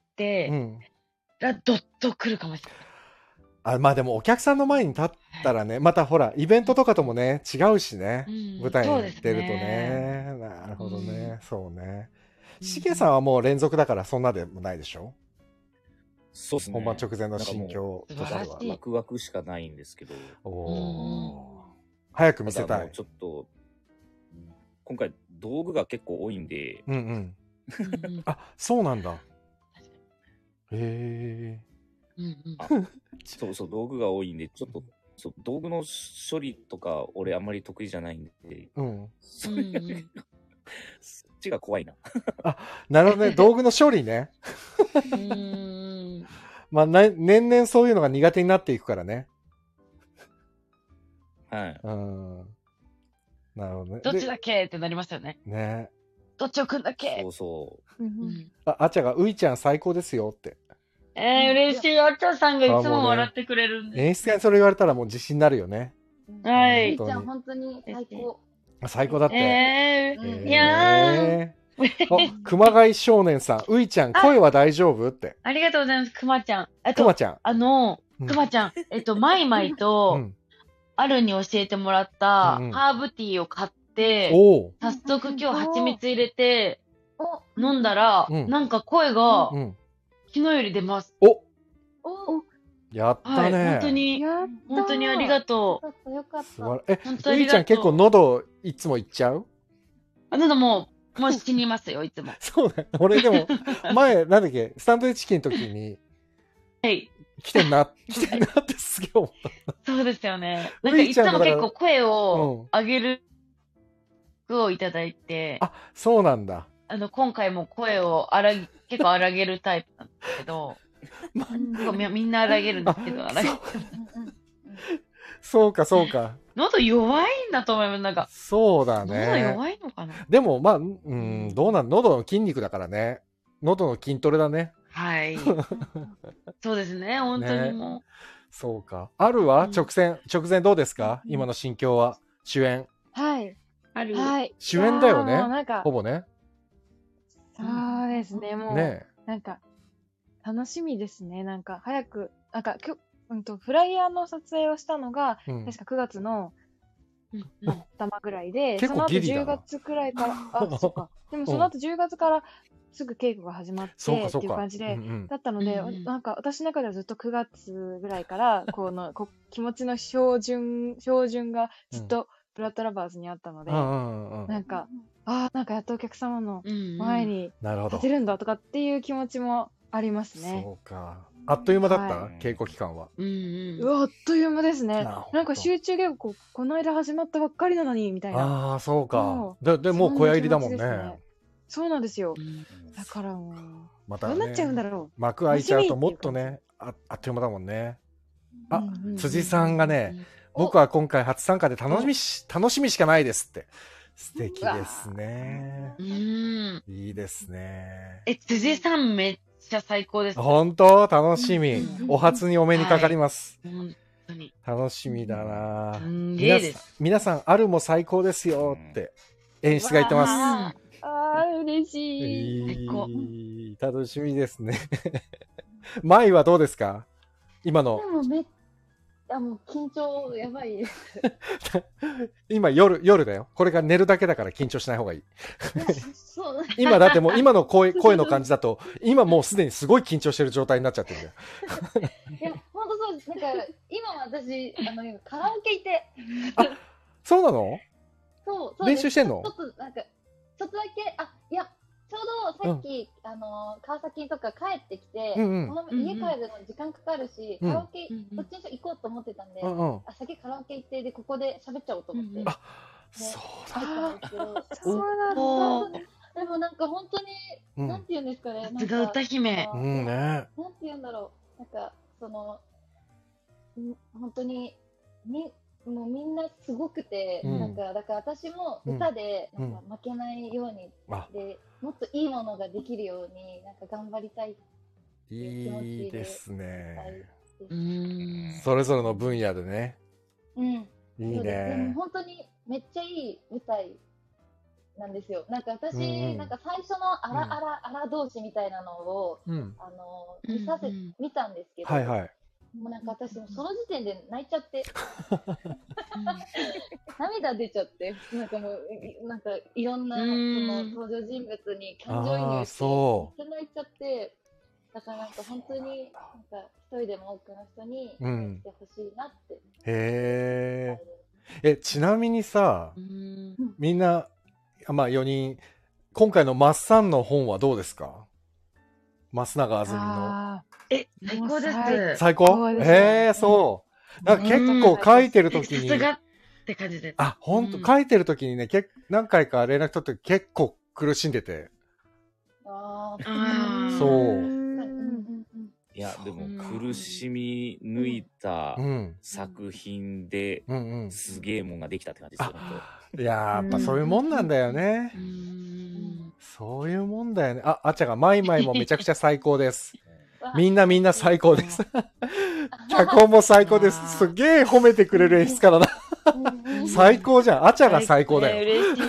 ドッと来るかもしれない。 まあでもお客さんの前に立ったらね、またほら、イベントとかともね、違うしね。舞台に出るとね。なるほどね。そうね。しげさんはもう連続だからそんなでもないでしょ？ そうですね。 本番直前の心境としては。ワクワクしかないんですけど。 早く見せたい。 ちょっと、今回道具が結構多いんで。 あ、そうなんだ。へえ。 そうそう、道具が多いんで、ちょっと、道具の処理とか、俺あんまり得意じゃないんで。そっちが怖いな。 あ、なるほどね。道具の処理ね。まあ、年々そういうのが苦手になっていくからね。 はい。 なるほどね。 どっちだっけってなりますよね。 ね。 どっちを組んだっけ？ そうそう。 あちゃが、ういちゃん最高ですよって。 嬉しい。あちゃさんがいつも笑ってくれるんで。 演出家にそれ言われたらもう自信になるよね。 はい。 ういちゃん本当に最高。 最高だって。 いやー。 熊谷少年さん、ういちゃん、声は大丈夫って。 ありがとうございます、くまちゃん。 くまちゃん。 くまちゃん、マイマイと、あるに教えてもらったハーブティーを買って、早速今日蜂蜜入れて、飲んだら、なんか声が、昨日より出ます。 やったね。 本当にありがとう。よかった。 ういちゃん結構喉いつもいっちゃう？ 喉もう死にますよ、いつも。 そうだ。俺でも、前、なんだっけ、スタンドイッチキンの時に、 はい。 来てんなってすげえ思った。 そうですよね。なんかいつも結構声を上げる句をいただいて。 あ、そうなんだ。 今回も声を結構荒げるタイプなんですけど、みんな荒げるんですけど、 そうか、そうか。 喉弱いんだと思います、なんか。 そうだね。 喉弱いのかな？ でも、まあ、どうなん？喉の筋肉だからね。喉の筋トレだね。 はい。そうですね、本当にもう。 そうか。あるは直前どうですか？今の心境は。主演。 はい。 ある。 はい。 主演だよね。ほぼね。 そうですね、もう。ね。なんか、楽しみですね。なんか、早く、なんか、フライヤーの撮影をしたのが、確か9月の頭ぐらいで、その後10月くらいから、そっか。でもその後10月からすぐ稽古が始まってっていう感じで、だったので、なんか私の中ではずっと9月ぐらいから、気持ちの標準がずっとブラッドラバーズにあったので、なんか、なんかやっとお客様の前に立てるんだとかっていう気持ちもありますね。 そうか。あっという間だった、稽古期間は。 あっという間ですね。なんか集中稽古、この間始まったばっかりなのに、みたいな。 ああ、そうか。でもう小屋入りだもんね。 そうなんですよ。だからもう、またどうなっちゃうんだろう。幕開いちゃうともっとね、あっという間だもんね。辻さんがね、僕は今回初参加で楽しみしかないですって。素敵ですね。いいですね。 辻さんめっちゃ最高です。 本当楽しみ。お初にお目にかかります。本当に。楽しみだな。皆さん、あるも最高ですよって演出が言ってます。 嬉しい。 最高。 楽しみですね。舞はどうですか？今の。 もう緊張やばいです。 今夜だよ。これが寝るだけだから緊張しない方がいい。 そう今だってもう今の声の感じだと、今もうすでにすごい緊張してる状態になっちゃってるんだよ。 いや、本当そうです。なんか今私カラオケ行って。 そうなの？ そう練習してんの？ ちょっとだけ、いや。ちょうどさっき、川崎とか帰ってきて、家帰るのに時間かかるし、カラオケ、どっちにしろ行こうと思ってたんで、先カラオケ行って、で、ここで喋っちゃおうと思って。 そうだ。 そうなんだ。 でもなんか本当に、なんて言うんですかね。 さすが歌姫。 うんね。 なんて言うんだろう。なんか、本当に、もうみんなすごくて、なんか、だから私も歌で、なんか負けないように、で、もっといいものができるように、なんか頑張りたいっていう気持ちで。 いいですね。それぞれの分野でね。 うん。いいいね。 でも本当にめっちゃいい舞台なんですよ。なんか私、なんか最初のあら同士みたいなのを、見たんですけど、 はいはい。 もうなんか私もその時点で泣いちゃって、涙出ちゃって、なんかもう、なんかいろんなその登場人物に感情移入して、めっちゃ泣いちゃって、だからなんか本当に、なんか一人でも多くの人にしてほしいなって。 へえ。ちなみにさ、みんな、まあ4人、今回のマッサンの本はどうですか？増永あずみの。 最高です。 最高？そう。なんか結構書いてるときに。 さすがって感じで。 あ、ほんと、書いてるときにね、何回か連絡取って結構苦しんでて。そう。 いや、でも苦しみ抜いた作品で、すげえもんができたって感じですよ、 いやー、やっぱそういうもんなんだよね。そういうもんだよね。あっちゃんがマイマイもめちゃくちゃ最高です。みんな最高です。脚本も最高です。すげえ褒めてくれる演出からな。最高じゃん。あっちゃんが最高だよ。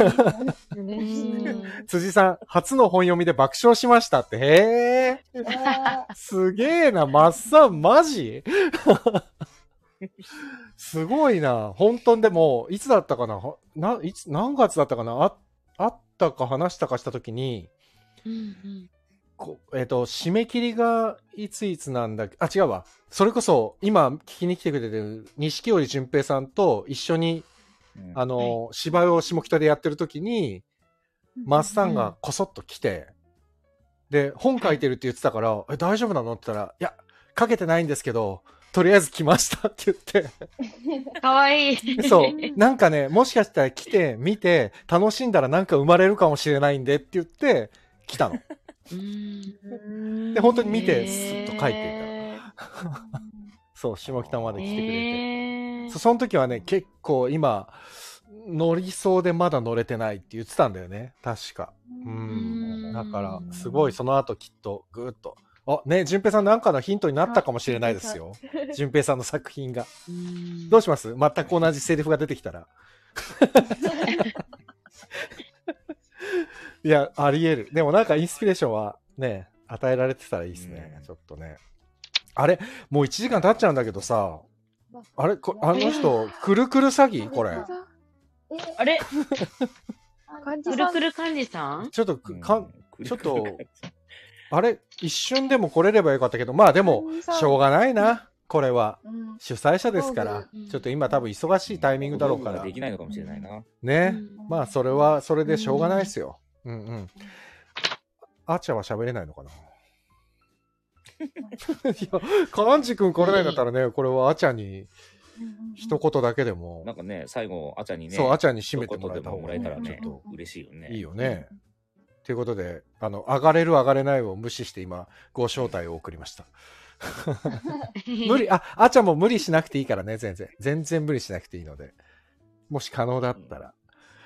辻さん、初の本読みで爆笑しましたって。へー。すげえな。マッサン、マジすごいな。本当にでも、いつだったかな何月だったかなあったか話したかしたときに、締め切りがいつなんだっけ、違うわ。それこそ、今聞きに来てくれてる錦織淳平さんと一緒に、芝居を下北でやってるときに、マッサンがこそっと来て、で、本書いてるって言ってたから、大丈夫なのって言ったら、いや、書けてないんですけど、とりあえず来ましたって言って。 かわいい。 そう。なんかね、もしかしたら来て、見て、楽しんだらなんか生まれるかもしれないんでって言って、来たの。で、本当に見て、スッと書いていた。そう、下北まで来てくれて。その時はね、結構今、乗りそうでまだ乗れてないって言ってたんだよね。確か。だから、すごいその後きっと、ぐーっと。ね、淳平さんなんかのヒントになったかもしれないですよ。淳平さんの作品が。どうします？全く同じセリフが出てきたら。いや、あり得る。でもなんかインスピレーションはね、与えられてたらいいですね。ちょっとね。あれもう1時間経っちゃうんだけどさ。あれあの人、くるくる詐欺これ。 あれくるくる幹事さんちょっと、あれ一瞬でも来れればよかったけど、まあでも、しょうがないな。これは。主催者ですから。ちょっと今多分忙しいタイミングだろうから。 できないのかもしれないな。 ね。まあそれは、それでしょうがないですよ。あーちゃんは喋れないのかな。いや、かんじくん来れないんだったらね、これはあちゃんに、一言だけでも。 なんかね、最後、あちゃんにね。 そう、あちゃんに締めてもらえた方がもらえたらね、ちょっと嬉しいよね。 いいよね。ということで、上がれる上がれないを無視して今、ご招待を送りました。あちゃんも無理しなくていいからね、全然無理しなくていいので。もし可能だったら。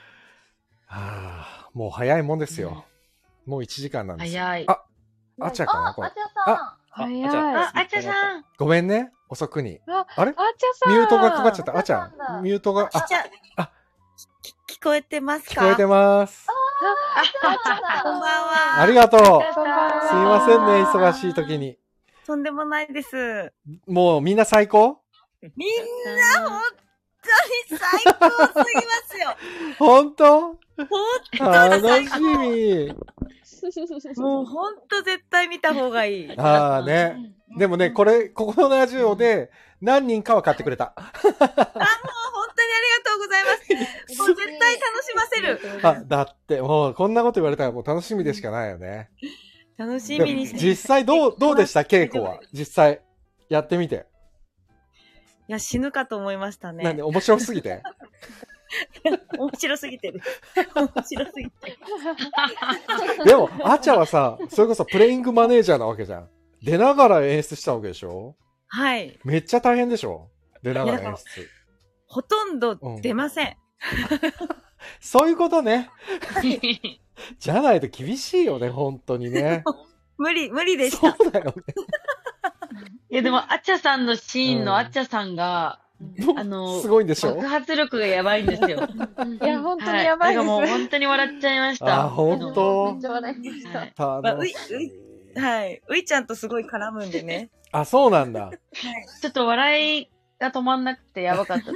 もう早いもんですよ。もう1時間なんですよ。 早い。 あちゃかなこれ。 あちゃさん。 早い。あちゃさん。 ごめんね、遅くに。 あれミュートがかかっちゃった。あちゃん、ミュートが。 聞こえてますか？ 聞こえてます。 こんばんは。 ありがとう。すいませんね、忙しい時に。 とんでもないです。 もうみんな最高？ みんな本当に最高すぎますよ。 本当？ 楽しみ。 もう本当絶対見た方がいい。 ね。でもね、ここのラジオで何人かは買ってくれた。 もう本当にありがとうございます。もう絶対楽しませる。 だってもうこんなこと言われたらもう楽しみでしかないよね。 楽しみにして。 実際どうでした稽古は？実際やってみて。 いや、死ぬかと思いましたね。 なんで面白すぎて。 面白すぎてる。面白すぎてる。 でも、あちゃはさ、それこそプレイングマネージャーなわけじゃん。出ながら演出したわけでしょ？はい。めっちゃ大変でしょ？出ながら演出。 ほとんど出ません。 そういうことね。じゃないと厳しいよね、本当にね。 無理でした。 そうだよね。 いや、でも、あちゃさんのシーンのあちゃさんが、 すごいんでしょ？ 爆発力がやばいんですよ。 いや、本当にやばいです。 もう本当に笑っちゃいました。 あ、本当？ めっちゃ笑いました。 はい。ういちゃんとすごい絡むんでね。 あ、そうなんだ。はい。 ちょっと笑いが止まんなくてやばかった。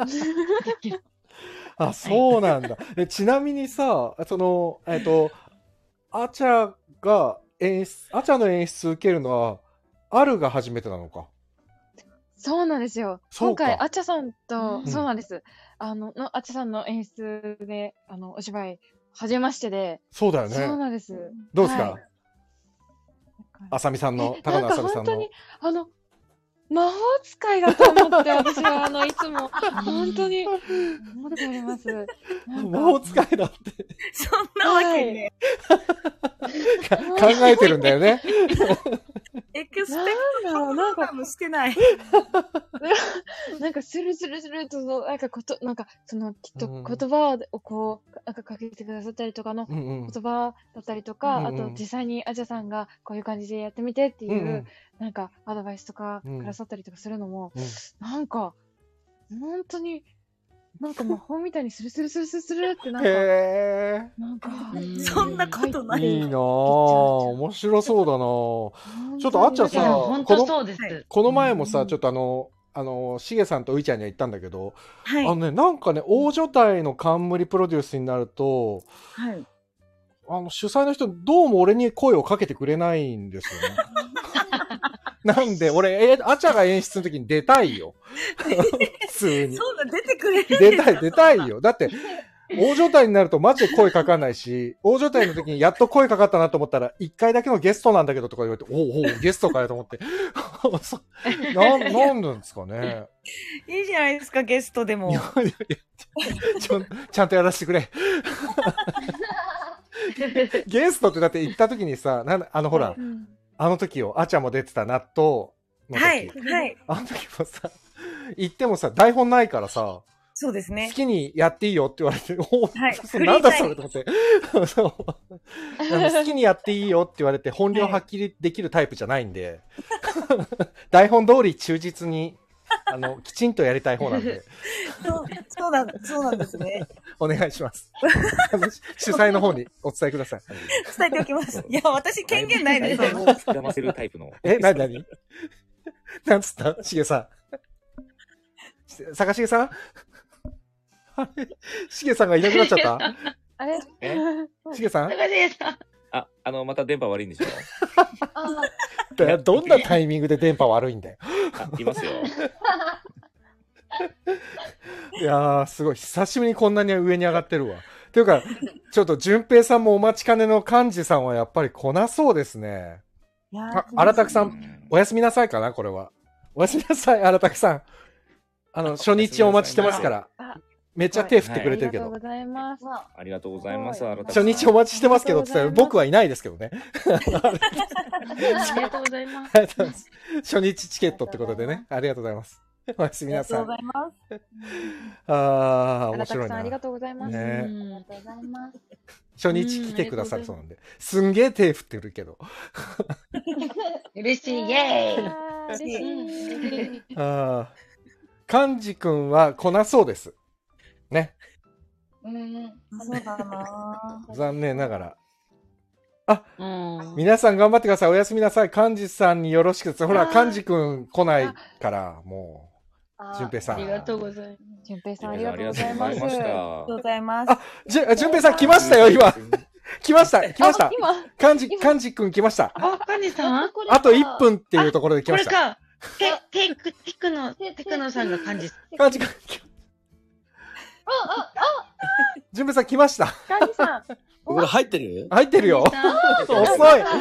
あ、そうなんだ。ちなみにさ、あちゃの演出受けるのは、あるが初めてなのか。 そうなんですよ。今回、あちゃさんと、そうなんです。あちゃさんの演出で、お芝居、初めましてで。 そうだよね。 そうなんです。 どうですか？あさみさんの、高野あさみさんの。 本当に、魔法使いだと思って、私は、いつも、本当に、思っております。 魔法使いだって。 そんなわけね。 考えてるんだよね。 エクスペクトプログラムしてない。 なんか、スルと、きっと言葉をこう、かけてくださったりとかの言葉だったりとか、あと実際にアジャさんがこういう感じでやってみてっていう、なんかアドバイスとかくださったりとかするのも、なんか、本当に、なんか魔法みたいにスルってなんか、 そんなことない。 いいなぁ。面白そうだなぁ。ちょっとあっちゃさ、 本当そうです。 この前もさ、ちょっとしげさんとういちゃんには言ったんだけど、 はい、 なんかね、大所帯の冠プロデュースになると、 はい、 主催の人、どうも俺に声をかけてくれないんですよね。なんで、俺、あちゃが演出の時に出たいよ。普通に。 そうだ、出てくれるんですか？ 出たいよ。だって、大所帯になるとマジで声かかんないし、大所帯の時にやっと声かかったなと思ったら、一回だけのゲストなんだけどとか言われて、おうゲストかよと思って。なんなんですかね。 いいじゃないですか、ゲストでも。 ちゃんとやらせてくれ。ゲストってだって行った時にさ、ほら、あの時よ、あちゃも出てた納豆の時。 はい。 あの時もさ、行ってもさ、台本ないからさ、 そうですね。 好きにやっていいよって言われて、 はい、 なんだそれと思って。好きにやっていいよって言われて、本領発揮できるタイプじゃないんで、台本通り忠実に、きちんとやりたい方なんで。 そうなんですね。 お願いします。主催の方にお伝えください。 伝えておきます。いや、私権限ないです。 膨ませるタイプの。 何なんつったしげさん。坂しげさんしげさんがいなくなっちゃったあれしげさん坂しげさん。 また電波悪いんでしょ？ どんなタイミングで電波悪いんだよ。 いますよ。 いやー、すごい。久しぶりにこんなに上に上がってるわ。というか、ちょっと、淳平さんもお待ちかねの幹事さんはやっぱり来なそうですね。荒拓さん、おやすみなさいかなこれは。おやすみなさい、荒拓さん。初日お待ちしてますから。めっちゃ手振ってくれてるけど。 ありがとうございます。 ありがとうございます。 初日お待ちしてますけどって言ったら僕はいないですけどね。 ありがとうございます。 初日チケットってことでね。ありがとうございます。おやすみなさい。 ありがとうございます。 面白いな。 ありがとうございます。 ありがとうございます。 初日来てくださるそうなんで。すんげえ手振ってるけど。 嬉しい、イェーイ。 幹事くんは来なそうです。ね。 そうだな。 残念ながら。皆さん頑張ってください。おやすみなさい。幹事さんによろしく。ほら、幹事くん来ないから、もう。淳平さん。 ありがとうございます。 淳平さん、ありがとうございます。 ありがとうございます。 淳平さん来ましたよ、今。来ました。幹事くん来ました。 幹事さんあと1分っていうところで来ました。 これか。テクノさんが幹事。 幹事くん。淳平さん来ました。 幹事さん。 これ入ってる？ 入ってるよ。遅い。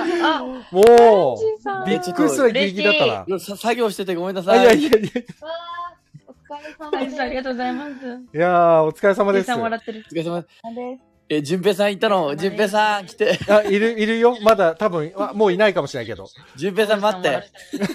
もう、びっくりするギリギリだったな。 作業しててごめんなさい。 いや。 ありがとうございます。 いやー、お疲れ様です。 お疲れ様です。淳平さんいたの？淳平さん来て。 あ、いるよ。まだ多分、もういないかもしれないけど。 淳平さん待って。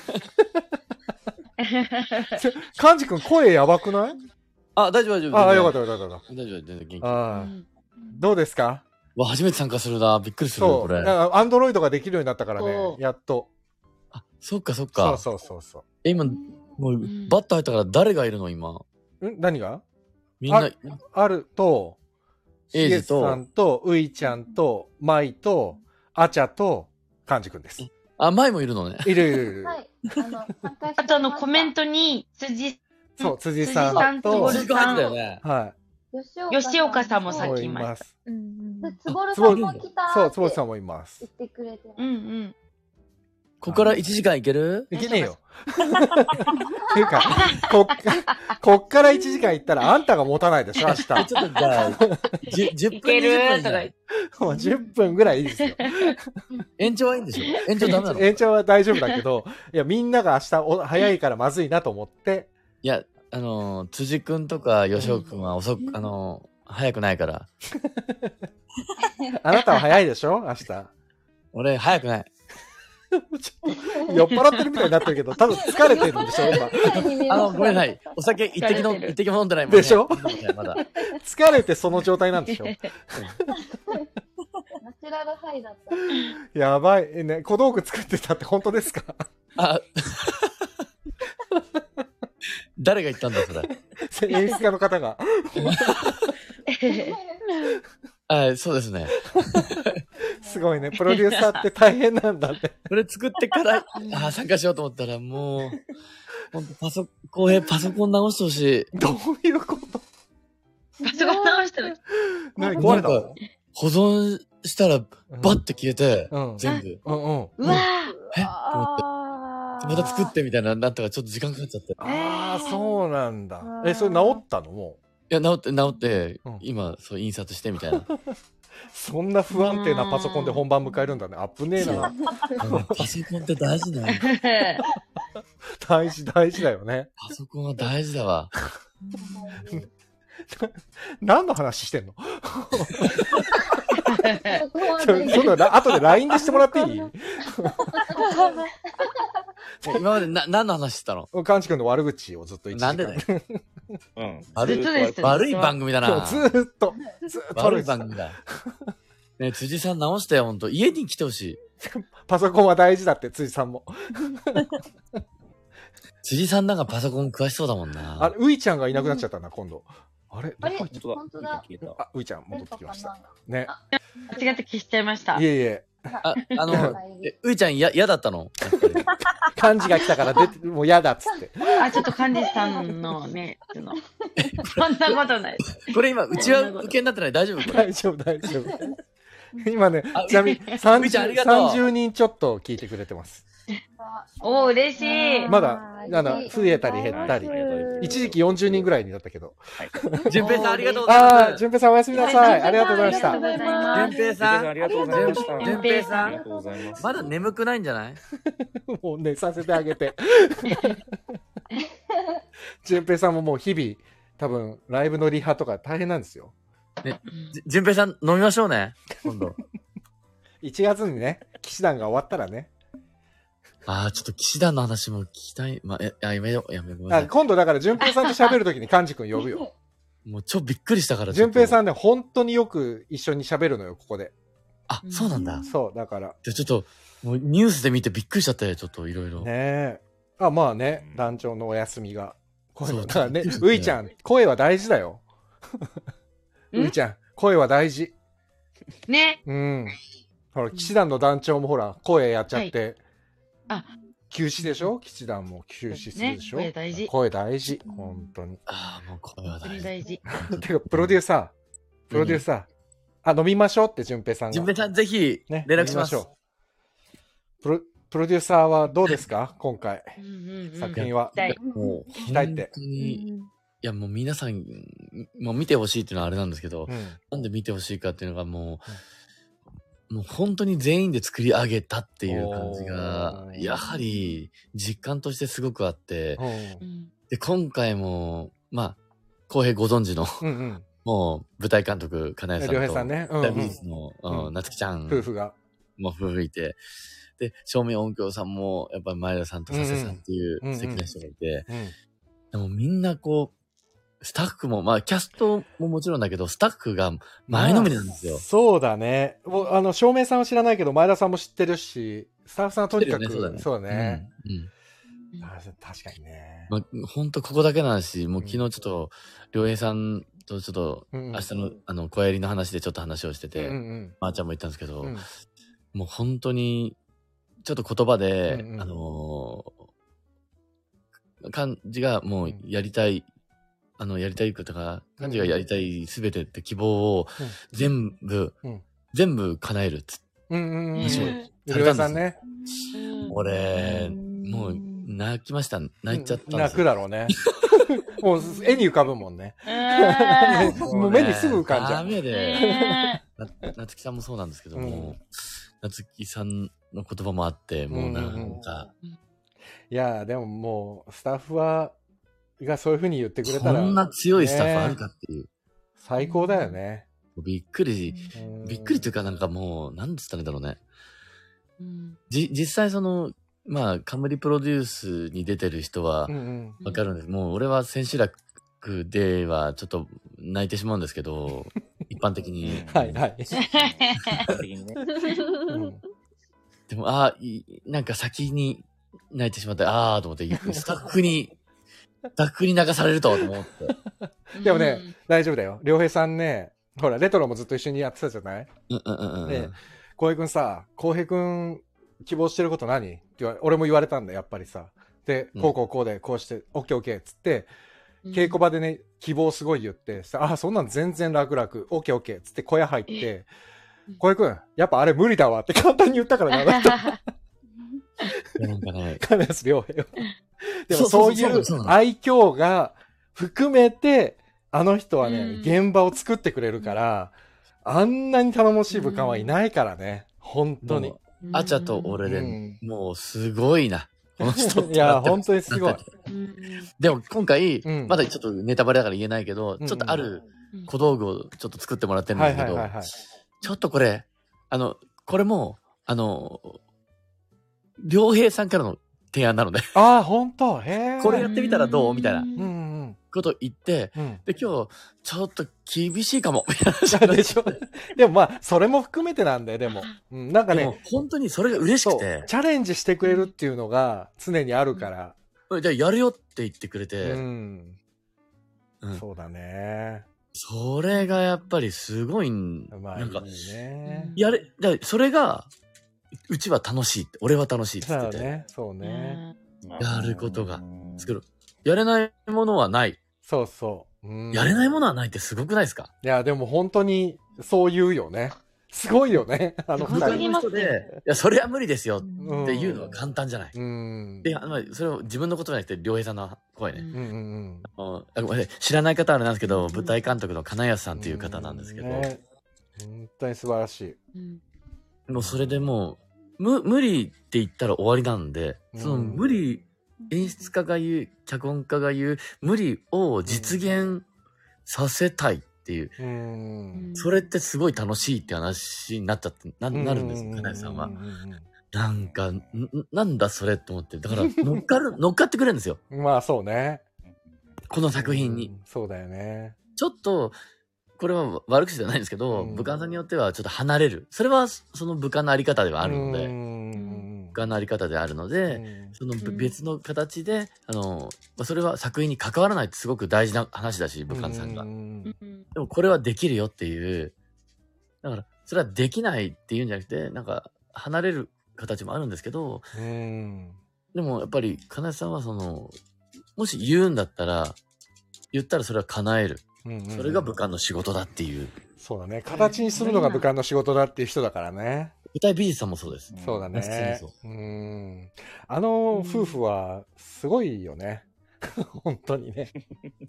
カンジ君声やばくない？ あ、大丈夫。 あ、よかった。大丈夫、全然元気。 どうですか？ 初めて参加するな。びっくりするよ、これ。 アンドロイドができるようになったからね、やっと。 あ、そっか。そう。 今、 もう、バッと入ったから誰がいるの今。 何が？ みんな。 あると、 エイジと、 さんと、ウイちゃんと、マイと、アチャと、カンジ君です。 あ、マイもいるのね。 いる。 はい。 あとコメントに、辻さんと、 辻君入ってたよね。 はい。 吉岡さんもさっきいます。 つぼるさんも来た。 そう、つぼるさんもいます。 言ってくれて。 ここから1時間いける？ いけねえよ。っていうか、こっから1時間行ったらあんたが持たないでしょ、明日。ちょっとじゃあ、 10分。 いけるとか言って。 もう10分ぐらいいいですよ。 延長はいいんでしょ？延長ダメなの？ 延長は大丈夫だけど、いや、みんなが明日早いからまずいなと思って。 いや、辻くんとか吉尾くんは早くないから。 あなたは早いでしょ？明日。 俺、早くない。 酔っ払ってるみたいになってるけど、多分疲れてるんでしょ、 今。ごめんなさい。お酒一滴も飲んでないもんね。でしょ？ まだ。 疲れてその状態なんでしょ？ナチュラルハイだった。 やばい。ね、小道具作ってたって本当ですか？ 誰が言ったんだ、それ。演出家の方が。 そうですね。 すごいね。プロデューサーって大変なんだね。 これ作ってから参加しようと思ったらもう、ほんとパソコン直してほしい。 どういうこと？ パソコン直してる？ 何壊れたの？ 保存したらバッて消えて、全部。 うわと思って。また作ってみたいな、なんとかちょっと時間かかっちゃって。 ああ、そうなんだ。それ治ったのもう？ いや、治って、今、そう、印刷してみたいな。 そんな不安定なパソコンで本番迎えるんだね。危ねえな。 パソコンって大事だよ。 大事だよね。 パソコンは大事だわ。 何の話してんの？そんな後で LINE でしてもらっていい？ 今まで何の話してたの？ カンチ君の悪口をずっと言ってた。 なんでだよ。 ずっと悪い番組だな。 ずーっと悪い番組だ。ね、辻さん直してよ、ほんと。家に来てほしい。 パソコンは大事だって、辻さんも。 辻さんなんかパソコン詳しそうだもんな。 ウイちゃんがいなくなっちゃったな、今度。あれ本当だ。 ウイちゃん戻ってきました。ね。 間違って消しちゃいました。 いえ。 ウイちゃん嫌だったの？ 漢字が来たからもう嫌だっつって。 ちょっと漢字さんのね、そんなことない。 これ今、うちは受けになってない？大丈夫？ 大丈夫。今ね、ちなみに30人ちょっと聞いてくれてます。 おー、嬉しい。 まだ、増えたり減ったり。一時期40人ぐらいになったけど。 淳平さんありがとうございます。 淳平さんおやすみなさい。ありがとうございました。 淳平さんありがとうございました。 淳平さんありがとうございます。 まだ眠くないんじゃない？ もう寝させてあげて。淳平さんももう日々、多分、ライブのリハとか大変なんですよ。 ね、淳平さん飲みましょうね、今度。 1月にね、騎士団が終わったらね。 ちょっと騎士団の話も聞きたい。やめよう。 今度だから淳平さんと喋るときに幹事君呼ぶよ。 もうびっくりしたから。 淳平さんね、本当によく一緒に喋るのよ、ここで。 そうなんだ。 そう、だから。 ちょっと、もうニュースで見てびっくりしちゃったよ、ちょっといろいろ。 ねえ。まあね、団長のお休みが。だからね、ういちゃん、声は大事だよ。ういちゃん、声は大事。 ね。 ほら、騎士団の団長もほら、声やっちゃって。休止でしょ？騎士団も休止するでしょ？声大事。本当に。 もう声は大事。 てか、プロデューサー。飲みましょうって淳平さんが。 淳平さん、ぜひ、連絡しましょう。プロデューサーはどうですか？今回。作品は。 もう、 聞きたいって。 いや、もう皆さん、もう見てほしいっていうのはあれなんですけど、なんで見てほしいかっていうのがもう本当に全員で作り上げたっていう感じが、やはり実感としてすごくあって、 で、今回も、まあ、浩平ご存知の、もう舞台監督、金谷さんと、 良平さんね。 舞台美術の、夏希ちゃん。 夫婦が。 もう夫婦いて、で、照明音響さんも、やっぱり前田さんと佐世さんっていう素敵な人がいて、でもみんなこう、スタッフも、まあ、キャストももちろんだけど、スタッフが前のめりなんですよ。 そうだね。照明さんは知らないけど、前田さんも知ってるし、スタッフさんはとにかく、そうだね。確かにね。 まあ、ほんとここだけの話、もう昨日ちょっと、良平さんとちょっと、明日の小槍の話でちょっと話をしてて、まーちゃんも言ったんですけど、もう本当に、ちょっと言葉で、漢字がもうやりたい、やりたいことが、漢字がやりたいすべてって希望を全部叶えるっつって。 良平さんね。 俺、もう泣きました。泣いちゃったんですよ。 泣くだろうね。もう絵に浮かぶもんね。もう目にすぐ浮かんじゃう。 ダメで。夏希さんもそうなんですけども、夏希さんの言葉もあって、もうなんか。 いや、でももう、スタッフがそういう風に言ってくれたら。 こんな強いスタッフあるかっていう。 最高だよね。 びっくりというかなんかもう、なんつったらいいんだろうね。実際その、まあ、冠プロデュースに出てる人は、わかるんです。もう俺は千秋楽ではちょっと泣いてしまうんですけど、一般的に。 はいはい。 でも、なんか先に泣いてしまって、と思って、スタッフに泣かされると思って。 でもね、大丈夫だよ。良平さんね、ほら、レトロもずっと一緒にやってたじゃない？で、浩平くんさ、浩平くん希望してること何？って俺も言われたんだよ、やっぱりさ。で、こうで、こうして、オッケーオッケーっつって、稽古場でね、希望すごい言って、そんなん全然楽々、オッケーオッケーっつって小屋入って、浩平くん、やっぱあれ無理だわって簡単に言ったからな、 なんかね。 金安良平は。でもそういう愛嬌が含めて、あの人はね、現場を作ってくれるから、あんなに頼もしい部下はいないからね、本当に。 あちゃと俺で、もうすごいな。この人って。 いや、本当にすごい。 でも今回、まだちょっとネタバレだから言えないけど、ちょっとある小道具をちょっと作ってもらってるんですけど、ちょっとこれ、これも、良平さんからの提案なので。 本当？へえ。 これやってみたらどうみたいな。こと言って、で、今日、ちょっと厳しいかも。 でしょ。でもまあ、それも含めてなんだよ、でも。なんかね。 本当にそれが嬉しくて。 チャレンジしてくれるっていうのが常にあるから。 じゃあやるよって言ってくれて。 そうだね。 それがやっぱりすごいなんか、 ね。 それが、うちは楽しいって、俺は楽しいって言ってて。 そうね。 やることが。やれないものはない。 そうそう。 やれないものはないってすごくないですか？ いや、でも本当にそう言うよね。すごいよね。 他の人で、いや、それは無理ですよっていうのは簡単じゃない。で、それを自分のことじゃなくて、良平さんの声ね。知らない方はあれなんですけど、舞台監督の金安さんっていう方なんですけど。本当に素晴らしい。もうそれでもう、無理って言ったら終わりなんで、その無理、演出家が言う、脚本家が言う無理を実現させたいっていう。それってすごい楽しいって話になっちゃって、なるんですよ、金井さんは。なんか、なんだそれと思って。だから乗っかってくれるんですよ。 まあそうね。 この作品に。 そうだよね。 ちょっと、これは悪口じゃないんですけど、部下さんによってはちょっと離れる。それはその部下のあり方ではあるので、部下のあり方であるので、その別の形で、それは作品に関わらないってすごく大事な話だし、部下さんが。でもこれはできるよっていう、だから、それはできないっていうんじゃなくて、なんか、離れる形もあるんですけど、でもやっぱり、金井さんはもし言うんだったら、言ったらそれは叶える。それが部下の仕事だっていう。 そうだね。形にするのが部下の仕事だっていう人だからね。 舞台美術さんもそうです。 そうだね。夫婦はすごいよね。本当にね。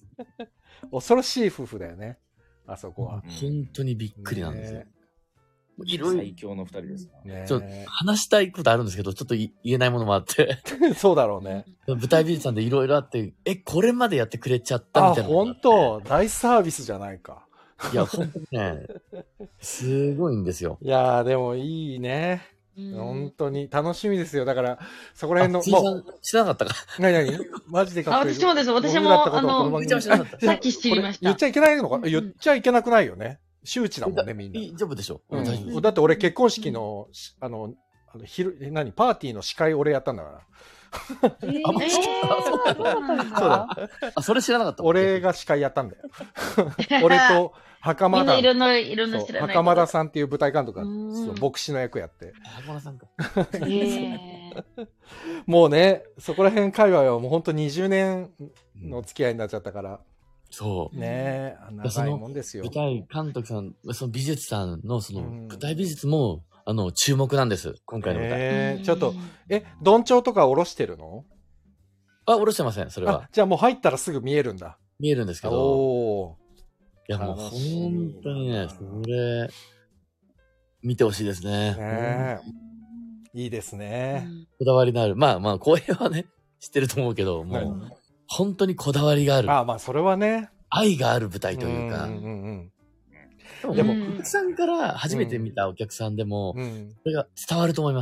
恐ろしい夫婦だよね。あそこは。 本当にびっくりなんですよ。 いろいろ。 最強の二人ですね。話したいことあるんですけど、ちょっと言えないものもあって。 そうだろうね。 舞台美術さんでいろいろあって、これまでやってくれちゃったみたいな。 本当大サービスじゃないか。 いや、本当にね、すごいんですよ。 いやでもいいね。本当に楽しみですよ。だから、そこら辺の、 もう。知らなかったか。 何マジでかっこいい。 私もです。私も、さっき知りました。 言っちゃいけないのか言っちゃいけなくないよね。周知だもんね、みんな。 大丈夫でしょ。 だって俺結婚式の、パーティーの司会俺やったんだから。 そうだ。それ知らなかった。 俺が司会やったんだよ。俺と、袴田。 いろんな知らない。 袴田さんっていう舞台監督が、牧師の役やって。 袴田さんか。 もうね、そこら辺界隈はもうほんと20年の付き合いになっちゃったから。 そう。 ね長いもんですよ。 舞台監督さん、その美術さんのその舞台美術も、注目なんです。今回の舞台。 ちょっと、どんちょうとか下ろしてるの？ 下ろしてません、それは。 じゃあもう入ったらすぐ見えるんだ。 見えるんですけど。いや、もう本当にね、それ、見てほしいですね。 いいですね。 こだわりのある。まあ、公演はね、知ってると思うけど、もう、本当にこだわりがある。 まあ、それはね。 愛がある舞台というか。でも、お客さんから初めて見たお客さんでも、それが伝わると思います。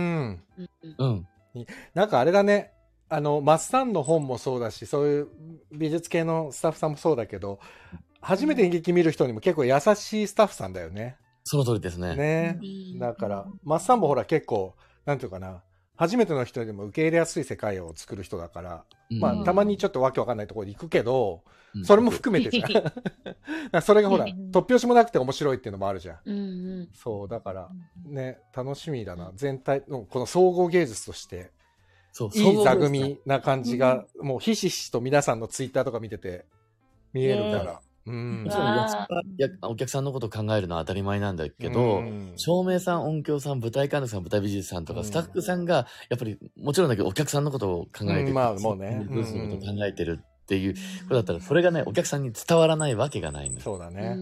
なんかあれだね。マッサンの本もそうだし、そういう美術系のスタッフさんもそうだけど、初めて演劇見る人にも結構優しいスタッフさんだよね。 その通りですね。 ね。だから、マッサンもほら結構、なんていうかな、初めての人でも受け入れやすい世界を作る人だから、まあ、たまにちょっとわけわかんないところに行くけど、それも含めてじゃん。それがほら、突拍子もなくて面白いっていうのもあるじゃん。そう、だから、ね、楽しみだな。全体の、この総合芸術として、いい座組な感じが、もうひしひしと皆さんのツイッターとか見てて、見えるから。 お客さんのことを考えるのは当たり前なんだけど、照明さん、音響さん、舞台監督さん、舞台美術さんとか、スタッフさんが、やっぱり、もちろんだけど、お客さんのことを考えてる。 まあ、もうね。 ブースのことを考えてるっていうことだったら、それがね、お客さんに伝わらないわけがないんです。 そうだね。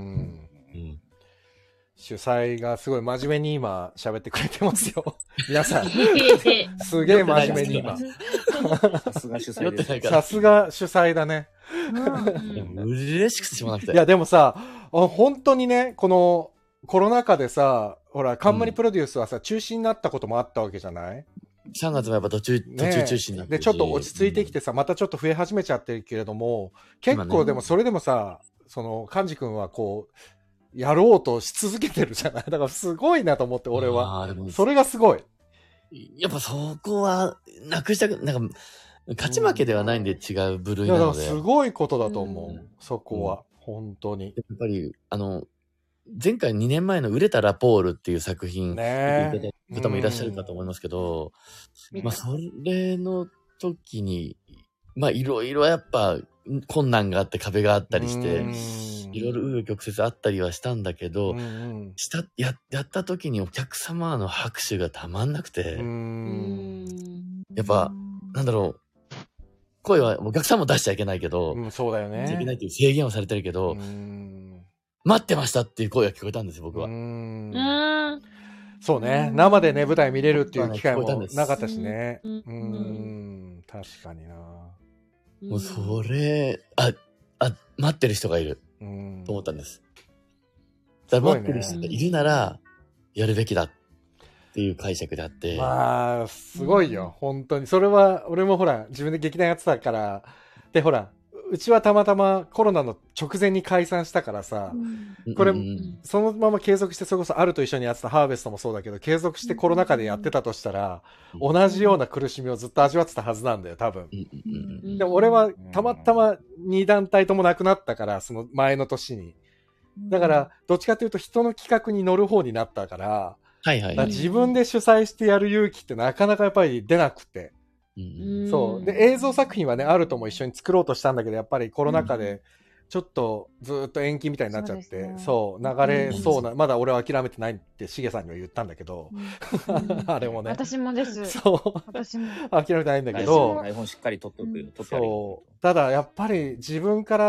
主催がすごい真面目に今喋ってくれてますよ。皆さん。すげえ真面目に今。 さすが主催です。 さすが主催だね。 嬉しくてしょうがなくて。 いやでもさ、本当にね、このコロナ禍でさ、ほら、冠プロデュースはさ、中止になったこともあったわけじゃない ?3 月もやっぱ途中中止になって。 で、ちょっと落ち着いてきてさ、またちょっと増え始めちゃってるけれども、結構でもそれでもさ、幹事君はこう、やろうとし続けてるじゃない。だからすごいなと思って、俺は。それがすごい。 やっぱそこは、なんか、勝ち負けではないんで違う部類なので。 すごいことだと思う。そこは。本当に。 やっぱり、前回2年前の売れたラポールっていう作品、ね、見ていただいた方もいらっしゃるかと思いますけど、まあ、それの時に、まあ、いろいろやっぱ、困難があって壁があったりして、いろいろ紆余曲折あったりはしたんだけど、やった時にお客様の拍手がたまんなくて、やっぱ、なんだろう、声はお客さんも出しちゃいけないけど、 そうだよね。 いけないっていう制限をされてるけど、待ってましたっていう声が聞こえたんですよ、僕は。 そうね。生でね、舞台見れるっていう機会もなかったしね。確かにな。 もうそれ、待ってる人がいる。と思ったんです。だから待ってる人がいるなら、やるべきだっていう解釈であって。 まあ、すごいよ。本当に。それは、俺もほら、自分で劇団やってたから、で、ほら、うちはたまたまコロナの直前に解散したからさ、これ、そのまま継続して、それこそあると一緒にやってたハーベストもそうだけど、継続してコロナ禍でやってたとしたら、同じような苦しみをずっと味わってたはずなんだよ、多分。でも俺はたまたま2団体ともなくなったから、その前の年に。だから、どっちかというと人の企画に乗る方になったから、自分で主催してやる勇気ってなかなかやっぱり出なくて。そう。で、映像作品はね、あるとも一緒に作ろうとしたんだけど、やっぱりコロナ禍で、ちょっとずっと延期みたいになっちゃって、そう、流れそうな、まだ俺は諦めてないってしげさんには言ったんだけど、あれもね。 私もです。 そう。 私も。 諦めてないんだけど、 台本しっかり取っておくよ。 そう。ただ、やっぱり自分から、